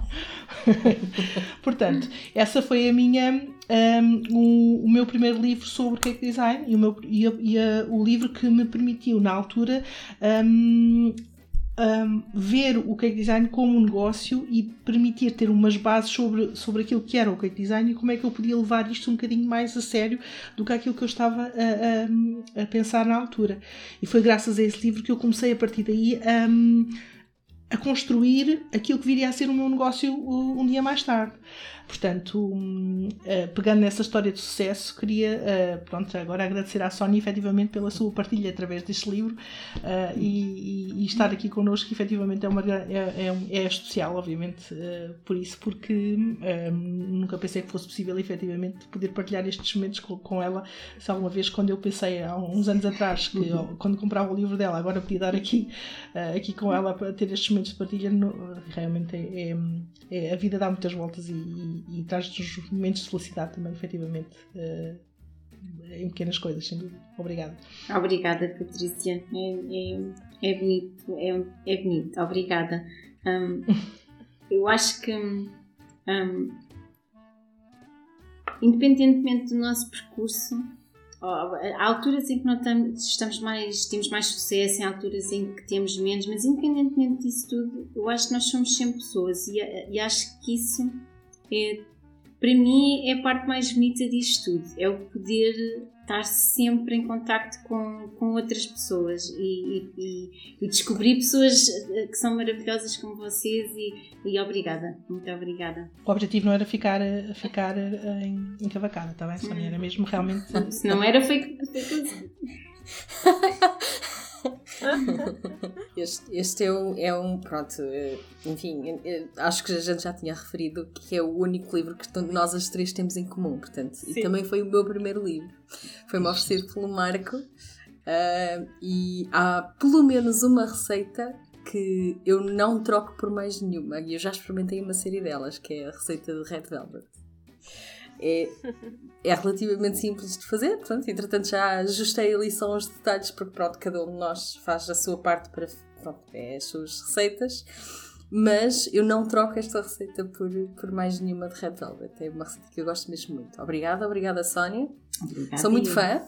Portanto, essa foi a minha, um, o, o meu primeiro livro sobre cake design e, o, meu, e, a, e a, o livro que me permitiu, na altura, um, um, ver o cake design como um negócio e permitir ter umas bases sobre, sobre aquilo que era o cake design e como é que eu podia levar isto um bocadinho mais a sério do que aquilo que eu estava a, a, a pensar na altura. E foi graças a esse livro que eu comecei a partir daí a... Um, a construir aquilo que viria a ser o meu negócio um dia mais tarde. Portanto, um, uh, pegando nessa história de sucesso, queria uh, pronto, agora agradecer à Sónia efetivamente pela sua partilha através deste livro uh, e, e, e estar aqui connosco, efetivamente é, uma, é, é, é especial, obviamente, uh, por isso, porque um, nunca pensei que fosse possível efetivamente poder partilhar estes momentos com, com ela. Se alguma vez, quando eu pensei há uns anos atrás, que eu, quando comprava o livro dela, agora podia dar aqui, uh, aqui com ela para ter estes momentos de partilha, no, realmente é, é, é, a vida dá muitas voltas e, e e traz-nos momentos de felicidade também, efetivamente, uh, em pequenas coisas, sem dúvida. Obrigada. Obrigada, Patrícia. É, é, é bonito, é, é bonito. Obrigada. Um, eu acho que, um, independentemente do nosso percurso, há alturas em que notamos, estamos mais, temos mais sucesso, em alturas em que temos menos, mas independentemente disso tudo, eu acho que nós somos sempre pessoas e, e acho que isso é, para mim, é a parte mais bonita disto tudo. É o poder estar sempre em contacto com, com outras pessoas e, e, e descobrir pessoas que são maravilhosas como vocês e, e obrigada, muito obrigada. O objetivo não era ficar, ficar em, encavacada, está bem, Sónia? Era mesmo realmente... Se não era, foi assim. Este, este é, um, é um, pronto, enfim, acho que a gente já tinha referido que é o único livro que nós as três temos em comum, portanto, Sim. e também foi o meu primeiro livro, foi-me oferecido pelo Marco, uh, e há pelo menos uma receita que eu não troco por mais nenhuma, e eu já experimentei uma série delas, que é a receita de Red Velvet. É, é relativamente simples de fazer, portanto, entretanto já ajustei ali só uns detalhes, porque pronto, cada um de nós faz a sua parte para, pronto, é as suas receitas, mas eu não troco esta receita por, por mais nenhuma de Red Velvet, é uma receita que eu gosto mesmo muito. Obrigada, obrigada Sónia, obrigada, sou muito fã.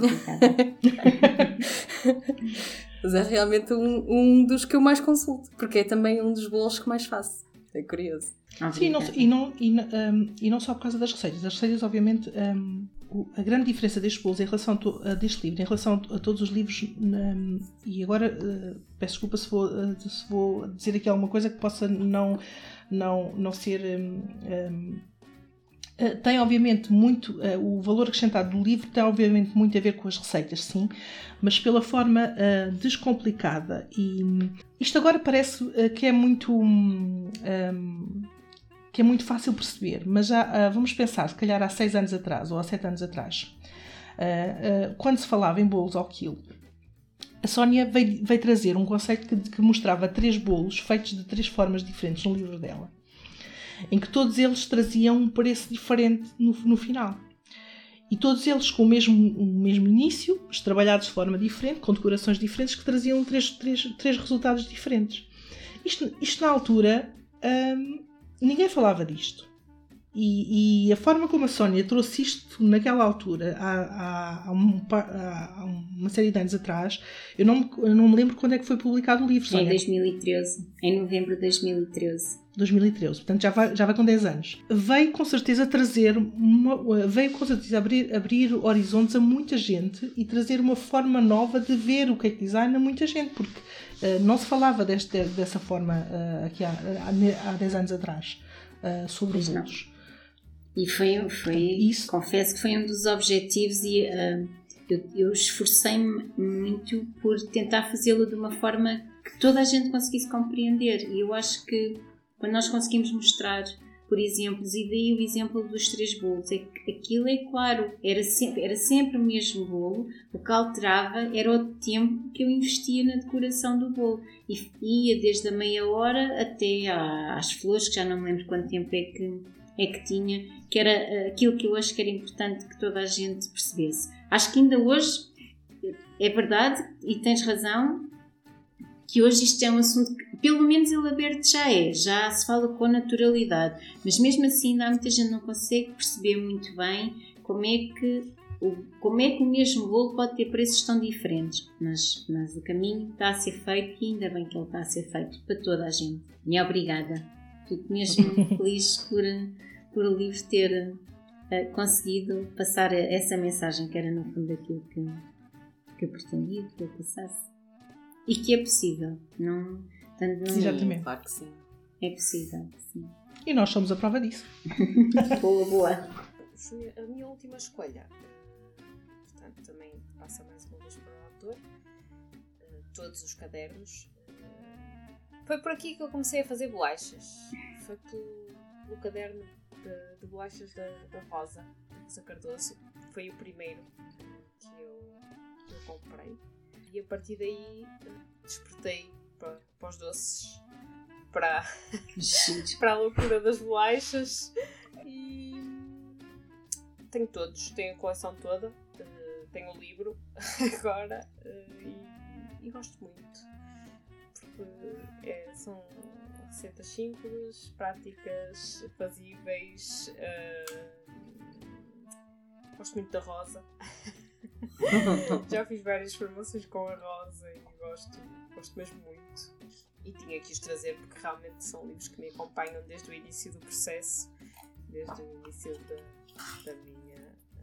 Mas é realmente um, um dos que eu mais consulto, porque é também um dos bolos que mais faço, é curioso. Sim, não, e, não, e, um, e não só por causa das receitas. As receitas, obviamente, um, a grande diferença destes bolos em relação a, deste livro, em relação a todos os livros, um, e agora uh, peço desculpa se vou, uh, se vou dizer aqui alguma coisa que possa não, não, não ser... Um, um, uh, tem, obviamente, muito... Uh, o valor acrescentado do livro tem, obviamente, muito a ver com as receitas, sim, mas pela forma uh, descomplicada. E isto agora parece uh, que é muito... Um, um, que é muito fácil perceber, mas já uh, vamos pensar, se calhar há seis anos atrás ou há sete anos atrás, uh, uh, quando se falava em bolos ao quilo, a Sónia veio, veio trazer um conceito que, que mostrava três bolos feitos de três formas diferentes no livro dela, em que todos eles traziam um preço diferente no, no final. E todos eles com o mesmo, o mesmo início, trabalhados de forma diferente, com decorações diferentes, que traziam três, três, três resultados diferentes. Isto, isto na altura... Um, Ninguém falava disto. E, e a forma como a Sónia trouxe isto naquela altura, há, há, há, um, há uma série de anos atrás, eu não, eu não me lembro quando é que foi publicado o livro, Sónia. Em dois mil e treze, em novembro de dois mil e treze. dois mil e treze, portanto já vai, já vai com dez anos. Veio com certeza trazer, uma, veio com certeza abrir, abrir horizontes a muita gente e trazer uma forma nova de ver o cake design a muita gente, porque uh, não se falava deste, dessa forma uh, aqui há, há, há dez anos atrás uh, sobre os bolos. E foi, foi Isso. confesso que foi um dos objetivos e uh, eu, eu esforcei-me muito por tentar fazê-lo de uma forma que toda a gente conseguisse compreender, e eu acho que quando nós conseguimos mostrar por exemplos, e daí o exemplo dos três bolos, é que aquilo é claro, era sempre, era sempre o mesmo bolo, o que alterava era o tempo que eu investia na decoração do bolo, e ia desde a meia hora até às flores, que já não me lembro quanto tempo é que, é que tinha, que era aquilo que eu acho que era importante que toda a gente percebesse. Acho que ainda hoje é verdade, e tens razão, que hoje isto é um assunto que, pelo menos ele aberto já é, já se fala com naturalidade, mas mesmo assim ainda há muita gente que não consegue perceber muito bem como é que o, como é que o mesmo bolo pode ter preços tão diferentes, mas, mas o caminho está a ser feito e ainda bem que ele está a ser feito para toda a gente. E obrigada, fico mesmo feliz por, por o livro ter uh, conseguido passar essa mensagem que era no fundo aquilo que, que eu pretendia que eu passasse. E que é possível, não, portanto, não Exatamente. Claro que sim. É possível, sim. E nós somos a prova disso. Boa, boa. Foi a minha última escolha. Portanto, também passa mais uma vez para o autor. Todos os cadernos. Foi por aqui que eu comecei a fazer bolachas. Foi pelo, pelo caderno de, de bolachas da, da Rosa, Rosa Cardoso. Foi o primeiro que eu, que eu comprei. E a partir daí despertei para, para os doces, para, para a loucura das bolachas. E tenho todos, tenho a coleção toda, tenho o livro agora e, e gosto muito. Porque é, são receitas simples, práticas, fazíveis. Uh, gosto muito da Rosa. Já fiz várias formações com a Rosa e gosto, gosto mesmo muito. E tinha que os trazer porque realmente são livros que me acompanham desde o início do processo, desde o início da, da, minha,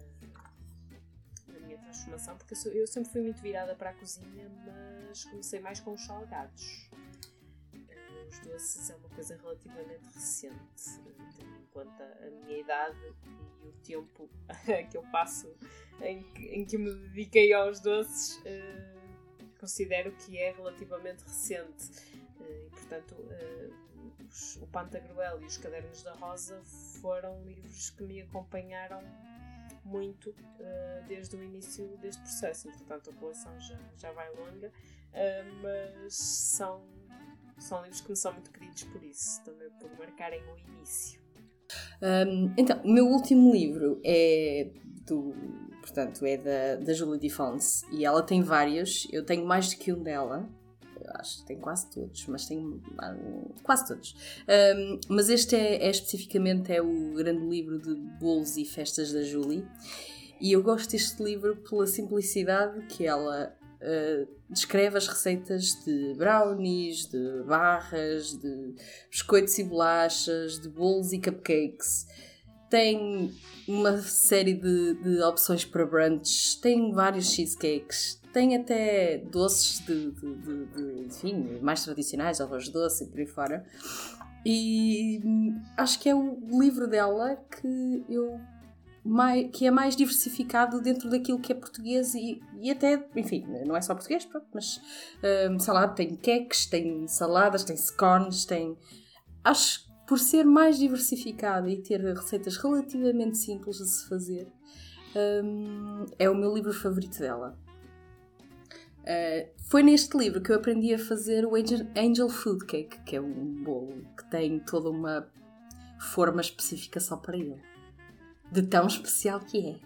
uh, da minha transformação, porque eu, sou, eu sempre fui muito virada para a cozinha, mas comecei mais com os salgados. Uh, os doces é uma coisa relativamente recente, uh, tendo em conta a minha idade e o tempo que eu passo em que, em que me dediquei aos doces. Uh, considero que é relativamente recente uh, e, portanto, uh, os, o Pantagruel e os Cadernos da Rosa foram livros que me acompanharam muito uh, desde o início deste processo. Entretanto, a coleção já, já vai longa, uh, mas são, são livros que me são muito queridos por isso, também por marcarem o início. Um, então, o meu último livro é do, portanto, é da, da Julie Defense e ela tem vários, eu tenho mais do que um dela, eu acho que tenho quase todos, mas tenho um, quase todos. Um, mas este é, é especificamente é o grande livro de bolos e festas da Julie e eu gosto deste livro pela simplicidade que ela uh, descreve as receitas de brownies, de barras, de biscoitos e bolachas, de bolos e cupcakes. Tem uma série de, de opções para brunch, tem vários cheesecakes, tem até doces de, de, de, de, enfim, mais tradicionais, arroz doce e por aí fora. E acho que é o livro dela que, eu, mais, que é mais diversificado dentro daquilo que é português e, e até, enfim, não é só português, pronto, mas um, sei lá, tem queques, tem saladas, tem scones, tem... Acho que por ser mais diversificado e ter receitas relativamente simples de se fazer, um, é o meu livro favorito dela. Uh, foi neste livro que eu aprendi a fazer o Angel, Angel Food Cake, que é um bolo que tem toda uma forma específica só para ele. De tão especial que é.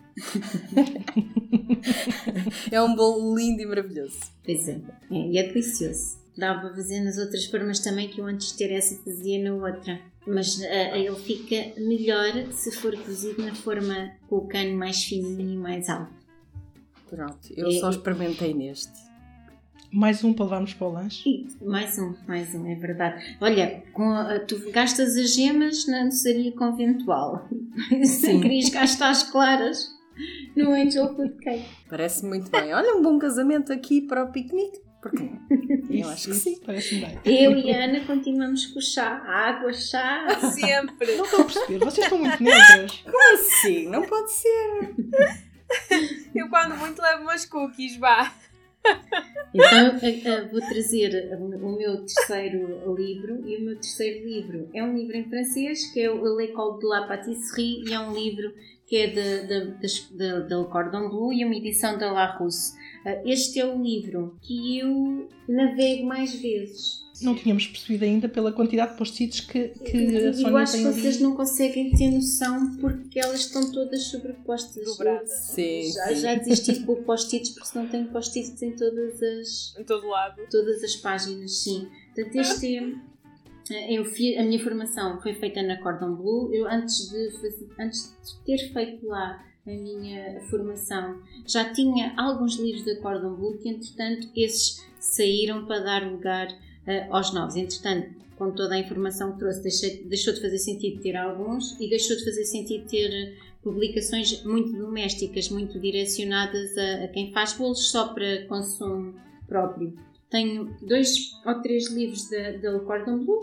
É um bolo lindo e maravilhoso. Pois é, é e é delicioso. Dá para fazer nas outras formas também, que eu antes de ter essa fazia na outra. Mas uh, ele fica melhor se for cozido na forma com o cano mais fininho e mais alto. Pronto, eu é, só experimentei neste. Mais um para levarmos para o lanche? E mais um, mais um, é verdade. Olha, com a, tu gastas as gemas na doçaria conventual. Se querias gastar as claras no Angel Food Cake. Parece muito bem. Olha, um bom casamento aqui para o piquenique. Por que não? Eu Isso, acho que isso, sim. Parece-me bem. Eu e a Ana continuamos com o chá. Água, chá. Sempre! Não estou a perceber, vocês estão muito neutras. Como assim? Não pode ser. Eu quando muito levo umas cookies, vá! Então uh, uh, vou trazer o meu terceiro livro, e o meu terceiro livro é um livro em francês que é o L'École de la Pâtisserie e é um livro que é de, de, de, de, de Le Cordon Bleu e uma edição da Larousse. Uh, este é o livro que eu navego mais vezes. Não tínhamos percebido ainda pela quantidade de post-its que, que eu, a Sónia eu acho tem que ali. vocês não conseguem ter noção porque elas estão todas sobrepostas. Dobradas. Sim, já, sim. já desisti de pôr post-its porque senão tenho post-its em todas as, Em todo lado. todas as páginas, sim. Portanto, este é, eu fiz, a minha formação foi feita na Cordon Bleu. Eu antes de, fazer, antes de ter feito lá a minha formação já tinha alguns livros da Cordon Bleu que entretanto esses saíram para dar lugar uh, aos novos. Entretanto, com toda a informação que trouxe, deixei, deixou de fazer sentido ter alguns e deixou de fazer sentido ter publicações muito domésticas, muito direcionadas a, a quem faz bolos só para consumo próprio. Tenho dois ou três livros da Le Cordon Bleu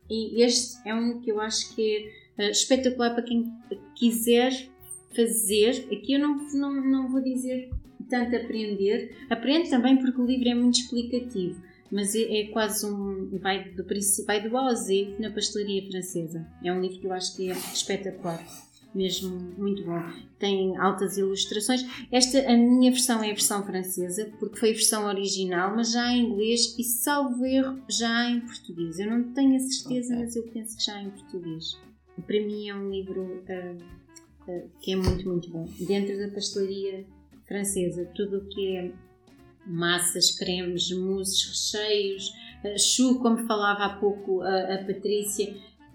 e este é um que eu acho que é uh, espetacular para quem quiser fazer. Aqui eu não, não, não vou dizer tanto aprender. Aprende também porque o livro é muito explicativo, mas é, é quase um... Vai do, vai do A ao Z na pastelaria francesa. É um livro que eu acho que é espetacular. Mesmo muito bom. Tem altas ilustrações. Esta, a minha versão é a versão francesa, porque foi a versão original, mas já em inglês e, salvo erro, já em português. Eu não tenho a certeza, okay. mas eu penso que já em português. Para mim é um livro uh, uh, que é muito, muito bom. Dentro da pastelaria francesa, tudo o que é massas, cremes, mousses, recheios, uh, choux, como falava há pouco a, a Patrícia,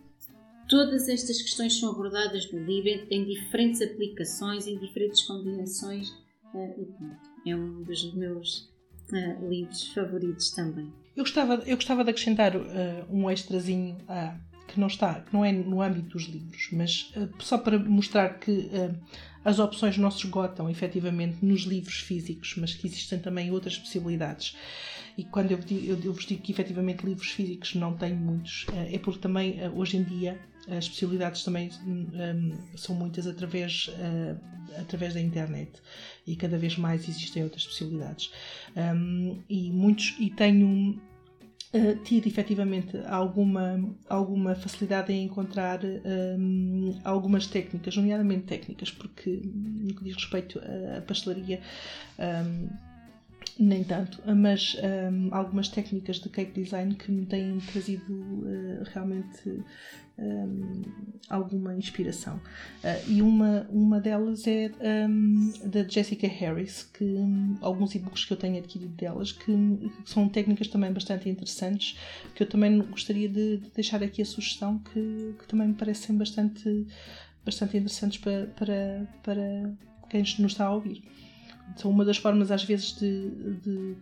todas estas questões são abordadas no livro em diferentes aplicações, em diferentes combinações, uh, e pronto, é um dos meus uh, livros favoritos também. Eu gostava, eu gostava de acrescentar uh, um extrazinho uh, que, não está, que não é no âmbito dos livros, mas uh, só para mostrar que uh, as opções não se esgotam efetivamente nos livros físicos, mas que existem também outras possibilidades. E quando eu, eu, eu vos digo que efetivamente livros físicos não tenho muitos, é porque também hoje em dia as possibilidades também um, são muitas através, uh, através da internet e cada vez mais existem outras possibilidades. Um, e, muitos, e tenho uh, tido efetivamente alguma, alguma facilidade em encontrar um, algumas técnicas, nomeadamente técnicas, porque no que diz respeito à pastelaria, um, nem tanto, mas um, algumas técnicas de cake design que me têm trazido uh, realmente um, alguma inspiração. Uh, e uma, uma delas é um, da Jessica Harris, que um, alguns e-books que eu tenho adquirido delas, que, que são técnicas também bastante interessantes, que eu também gostaria de, de deixar aqui a sugestão, que, que também me parecem bastante, bastante interessantes para, para, para quem nos está a ouvir. São uma das formas, às vezes, de, de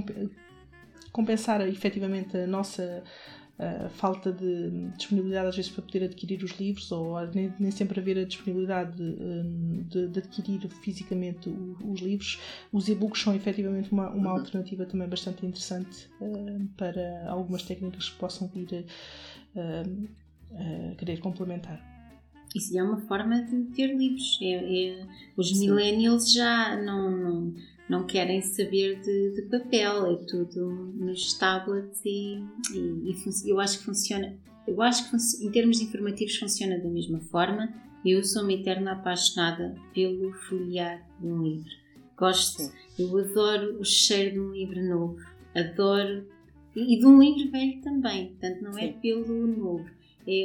compensar efetivamente a nossa a falta de disponibilidade, às vezes, para poder adquirir os livros, ou nem, nem sempre haver a disponibilidade de, de, de adquirir fisicamente os, os livros. Os e-books são efetivamente uma, uma alternativa também bastante interessante uh, para algumas técnicas que possam vir a, a, a querer complementar. Isso é uma forma de ter livros. É, é, os millennials já não, não, não querem saber de, de papel, é tudo nos tablets e, e, e fun- eu acho que funciona. Eu acho que fun- em termos informativos funciona da mesma forma. Eu sou uma eterna apaixonada pelo folhear de um livro. Gosto, eu adoro o cheiro de um livro novo, adoro, e, e de um livro velho também, portanto não é Sim. pelo novo.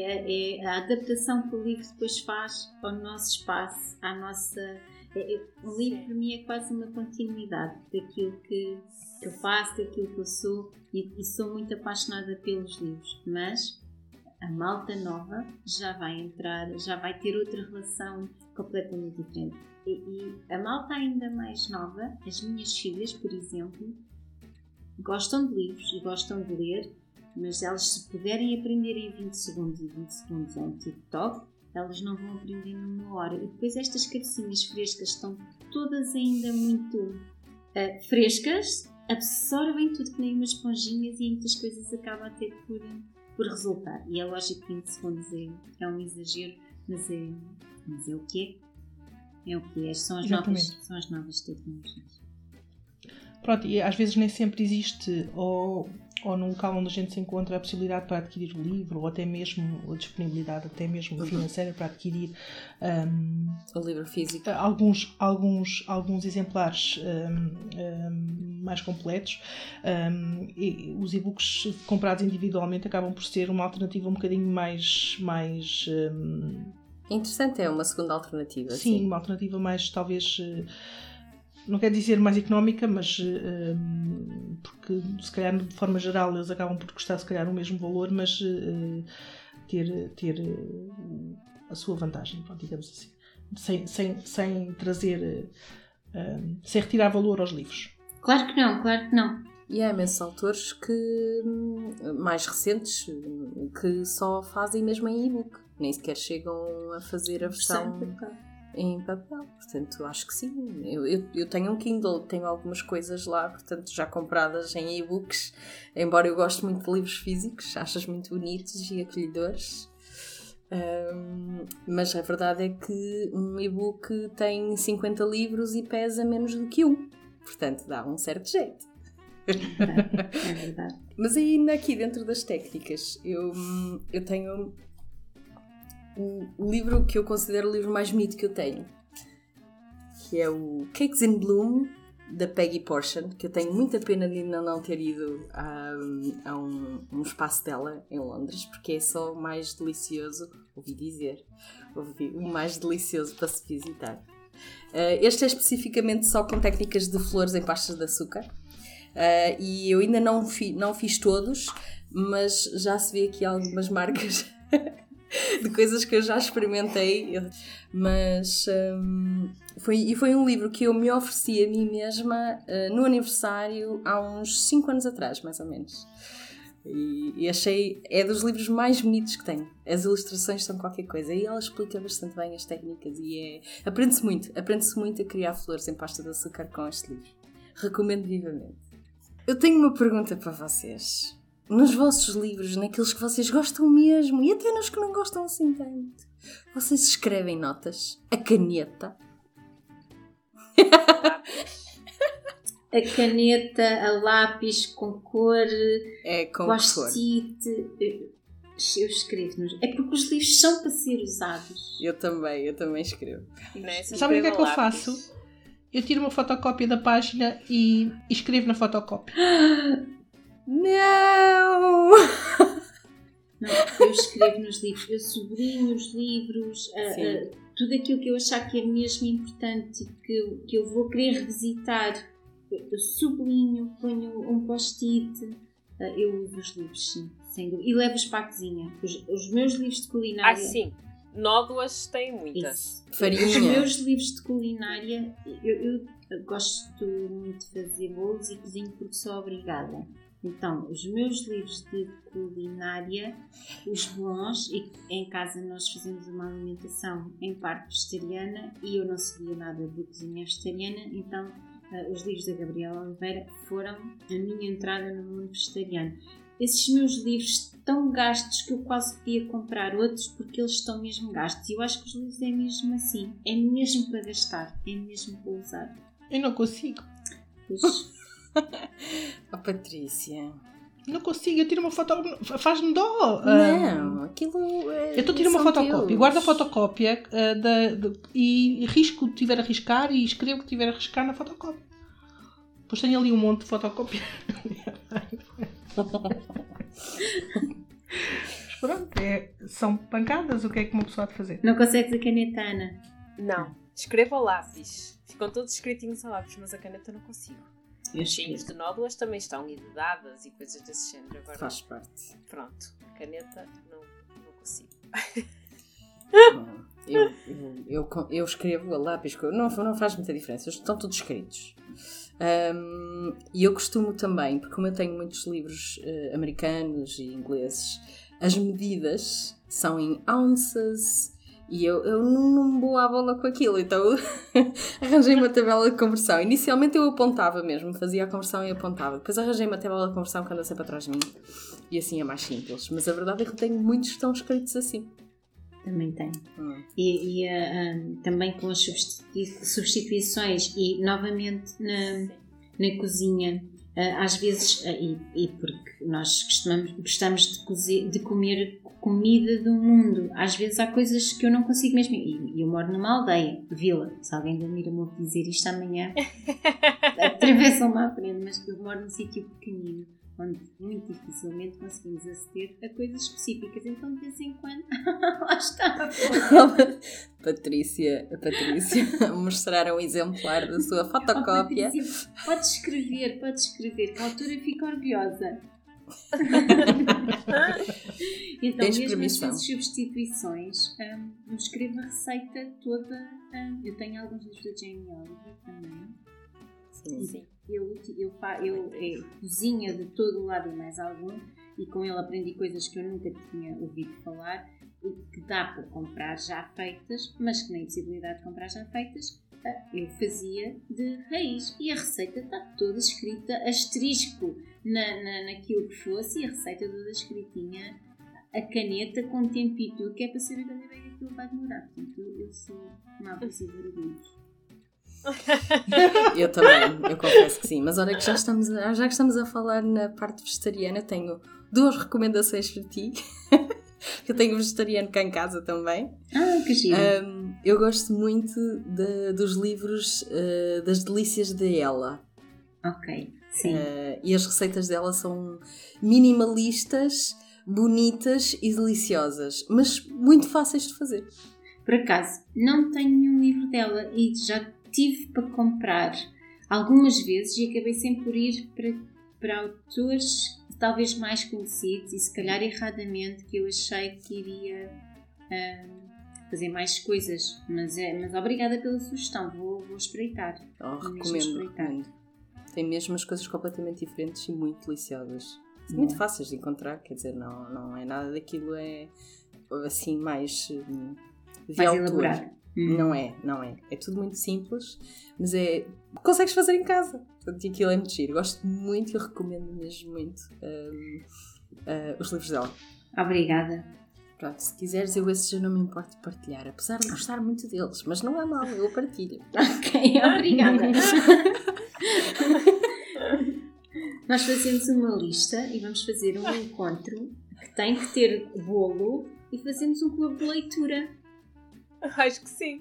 É, é a adaptação que o livro depois faz ao nosso espaço, à nossa... É, é, o livro para mim é quase uma continuidade daquilo que, que eu faço, daquilo que eu sou, e, e sou muito apaixonada pelos livros, mas a malta nova já vai entrar, já vai ter outra relação completamente diferente. E, e a malta ainda mais nova, as minhas filhas, por exemplo, gostam de livros e gostam de ler, mas elas, se puderem aprender em vinte segundos e vinte segundos ou um TikTok, elas não vão aprender numa hora. E depois estas cabecinhas frescas estão todas ainda muito uh, frescas, absorvem tudo que nem umas esponjinhas e muitas coisas acabam a ter por, por resultar. E é lógico que vinte segundos é, é um exagero, mas é, mas é o que é. É o que é. São as, novas, são as novas tecnologias. Pronto, e às vezes nem sempre existe ou, ou num local onde a gente se encontra a possibilidade para adquirir o livro, ou até mesmo a disponibilidade, até mesmo financeira para adquirir um, o livro físico. Alguns, alguns, alguns exemplares um, um, mais completos. Um, e os e-books comprados individualmente acabam por ser uma alternativa um bocadinho mais... mais um, interessante, é uma segunda alternativa. Sim, sim. uma alternativa mais, talvez... Não quer dizer mais económica, mas uh, porque se calhar de forma geral eles acabam por custar se calhar o mesmo valor, mas uh, ter, ter uh, a sua vantagem, pronto, digamos assim, sem, sem, sem trazer, uh, sem retirar valor aos livros. Claro que não, claro que não. E há imensos autores que, mais recentes, que só fazem mesmo em e-book, nem sequer chegam a fazer a versão em papel, portanto acho que sim. Eu, eu, eu tenho um Kindle, tenho algumas coisas lá, portanto já compradas em e-books, embora eu goste muito de livros físicos, achas muito bonitos e acolhedores. Um, mas a verdade é que um e-book tem cinquenta livros e pesa menos do que um, portanto dá um certo jeito. É verdade. Mas ainda aqui dentro das técnicas, eu, eu tenho o livro que eu considero o livro mais bonito que eu tenho, que é o Cakes in Bloom, da Peggy Portion, que eu tenho muita pena de ainda não ter ido a, a um, um espaço dela em Londres, porque é só o mais delicioso, ouvi dizer, ouvi, o mais delicioso para se visitar. Uh, este é especificamente só com técnicas de flores em pastas de açúcar, uh, e eu ainda não, fi, não fiz todos, mas já se vê aqui algumas marcas de coisas que eu já experimentei, mas um, foi, e foi um livro que eu me ofereci a mim mesma uh, no aniversário há uns cinco anos atrás, mais ou menos, e, e achei, é dos livros mais bonitos que tenho. As ilustrações são qualquer coisa e ela explica bastante bem as técnicas e é, aprende-se muito, aprende-se muito a criar flores em pasta de açúcar com este livro. Recomendo vivamente. Eu tenho uma pergunta para vocês. Nos vossos livros, naqueles que vocês gostam mesmo e até nos que não gostam assim tanto, vocês escrevem notas? A caneta? A caneta, a lápis com cor, é, com post-it. Eu, eu escrevo-nos. É porque os livros são para ser usados. Eu também, eu também escrevo. Sabem o que é que eu faço? Eu tiro uma fotocópia da página e escrevo na fotocópia. Não! Não, eu escrevo nos livros, eu sublinho os livros, uh, uh, tudo aquilo que eu achar que é mesmo importante e que eu, que eu vou querer revisitar, eu, eu sublinho, ponho um post-it, uh, eu uso os livros, sim, sem dúvida. E levo-os para a cozinha. Os, os meus livros de culinária... Ah, sim. Nódoas têm muitas. Farinha. Os meus livros de culinária, eu, eu gosto muito de fazer bolos e cozinho porque sou obrigada. Então, os meus livros de culinária, os bons, e em casa nós fazemos uma alimentação em parte vegetariana e eu não sabia nada de cozinha vegetariana, então uh, os livros da Gabriela Oliveira foram a minha entrada no mundo vegetariano. Esses meus livros estão gastos que eu quase podia comprar outros porque eles estão mesmo gastos. E eu acho que os livros é mesmo assim, é mesmo para gastar, é mesmo para usar. Eu não consigo. Pois... Oh, Patrícia. Não consigo, eu tiro uma foto. Faz-me dó. Não, aquilo é. Eu estou a tirar uma fotocópia, guardo a fotocópia uh, da, de, e risco o que tiver a riscar e escrevo o que tiver a riscar na fotocópia. Depois tenho ali um monte de fotocópia. Mas pronto, é, são pancadas. O que é que uma pessoa há de fazer? Não consegues a caneta, Ana? Não, escreva a lápis. Ficam todos escritinhos a lápis, mas a caneta não consigo. Os cheios de nódoas também estão e de dadas e coisas desse género. Agora, faz parte. Pronto, a caneta não, não consigo. eu, eu, eu, eu escrevo a lápis, não, não faz muita diferença, estão todos escritos. Um, e eu costumo também, porque como eu tenho muitos livros uh, americanos e ingleses, as medidas são em ounces. E eu, eu não, não vou à bola com aquilo, então arranjei uma tabela de conversão. Inicialmente eu apontava mesmo, fazia a conversão e apontava. Depois arranjei uma tabela de conversão que anda sempre atrás de mim. E assim é mais simples. Mas a verdade é que eu tenho muitos que estão escritos assim. Também tenho. Hum. E, e uh, uh, também com as substitu- substituições e novamente na, na cozinha. Uh, às vezes, uh, e, e porque nós costumamos, gostamos de, cozer, de comer comida do mundo, às vezes há coisas que eu não consigo mesmo. E eu moro numa aldeia, vila. Se alguém da Mira me ouve dizer isto amanhã, atravessam-me à frente, mas eu moro num sítio pequenino, onde muito dificilmente conseguimos aceder a coisas específicas. Então, de vez em quando, lá está. Patrícia, a Patrícia mostrar um exemplar da sua fotocópia. Oh, Patrícia, pode escrever, pode escrever, que a autora fica orgulhosa. Então, tens mesmo permissão. essas substituições, um, eu escrevo a receita toda. Um, eu tenho alguns livros da Jamie Oliver também. Sim, sim. Eu, eu, eu, eu cozinha de todo o lado e mais algum, e com ele aprendi coisas que eu nunca tinha ouvido falar. que dá para comprar já feitas, mas que nem possibilidade de comprar já feitas, eu fazia de raiz. E a receita está toda escrita, asterisco na, na, naquilo que fosse, e a receita toda escritinha, a caneta com tempo e tudo, que é para saber quando é que aquilo vai demorar. Portanto, eu sou uma abusadora de livros. Eu também, eu confesso que sim. Mas olha que já estamos a, já que estamos a falar na parte vegetariana, tenho duas recomendações para ti. Eu tenho vegetariano cá em casa também. Ah, que giro. Um, eu gosto muito de, dos livros uh, das delícias de Ella. Ok, sim. Uh, e as receitas dela são minimalistas, bonitas e deliciosas, mas muito fáceis de fazer. Por acaso, não tenho nenhum livro dela e já tive para comprar algumas vezes e acabei sempre por ir para, para autores talvez mais conhecidos e se calhar erradamente, que eu achei que iria uh, fazer mais coisas, mas, é, mas obrigada pela sugestão, vou, vou espreitar. Oh, vou recomendo, espreitar. recomendo. Tem mesmo as coisas completamente diferentes e muito deliciosas. Muito é. fáceis de encontrar, quer dizer, não, não é nada daquilo, é assim mais um, de mais autor. Elaborado. Hum. Não é, não é. É tudo muito simples, mas é consegues fazer em casa. Portanto, aquilo é muito giro. Gosto muito e recomendo mesmo muito um, uh, os livros dela. Obrigada. Pronto, se quiseres, eu esses já não me importo de partilhar, apesar de gostar muito deles, mas não é mal, eu partilho. Ok, obrigada. Nós fazemos uma lista e vamos fazer um encontro que tem que ter bolo e fazemos um clube de leitura. Acho que sim.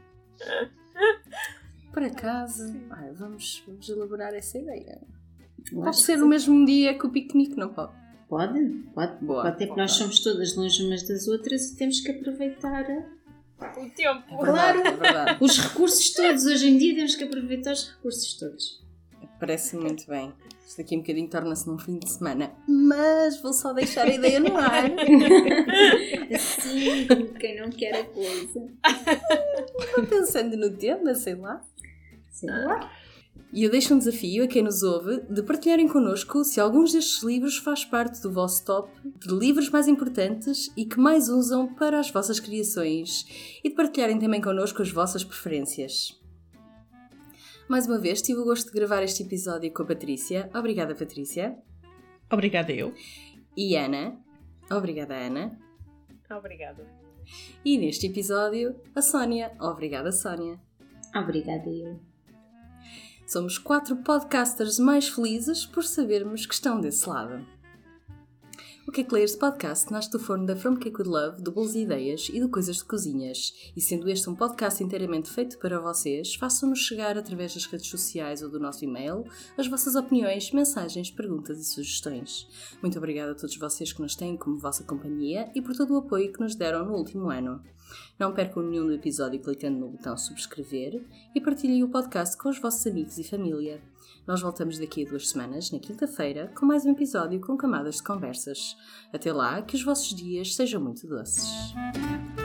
Para casa, ah, vamos, vamos elaborar essa ideia. Eu pode ser que no mesmo dia que o piquenique, não pode? Pode, pode. Boa, pode ter, porque nós somos todas longe umas das outras e temos que aproveitar o tempo. É verdade, é verdade. Os recursos todos. Hoje em dia temos que aproveitar os recursos todos. Parece muito bem. Isto aqui um bocadinho torna-se num fim de semana. Mas vou só deixar a ideia no ar. Assim, como quem não quer a coisa. Estou pensando no tema, sei lá. Sei lá. E eu deixo um desafio a quem nos ouve de partilharem connosco se alguns destes livros faz parte do vosso top de livros mais importantes e que mais usam para as vossas criações e de partilharem também connosco as vossas preferências. Mais uma vez, tive o gosto de gravar este episódio com a Patrícia. Obrigada, Patrícia. Obrigada eu. E Ana. Obrigada, Ana. Obrigada. E neste episódio, a Sónia. Obrigada, Sónia. Obrigada eu. Somos quatro podcasters mais felizes por sabermos que estão desse lado. O Que é que Lê este podcast nasce do forno da From Cake with Love, do Bolos e Ideias e do Coisas de Cozinhas. E sendo este um podcast inteiramente feito para vocês, façam-nos chegar através das redes sociais ou do nosso e-mail as vossas opiniões, mensagens, perguntas e sugestões. Muito obrigada a todos vocês que nos têm como vossa companhia e por todo o apoio que nos deram no último ano. Não percam nenhum do episódio clicando no botão subscrever e partilhem o podcast com os vossos amigos e família. Nós voltamos daqui a duas semanas, na quinta-feira, com mais um episódio com camadas de conversas. Até lá, que os vossos dias sejam muito doces.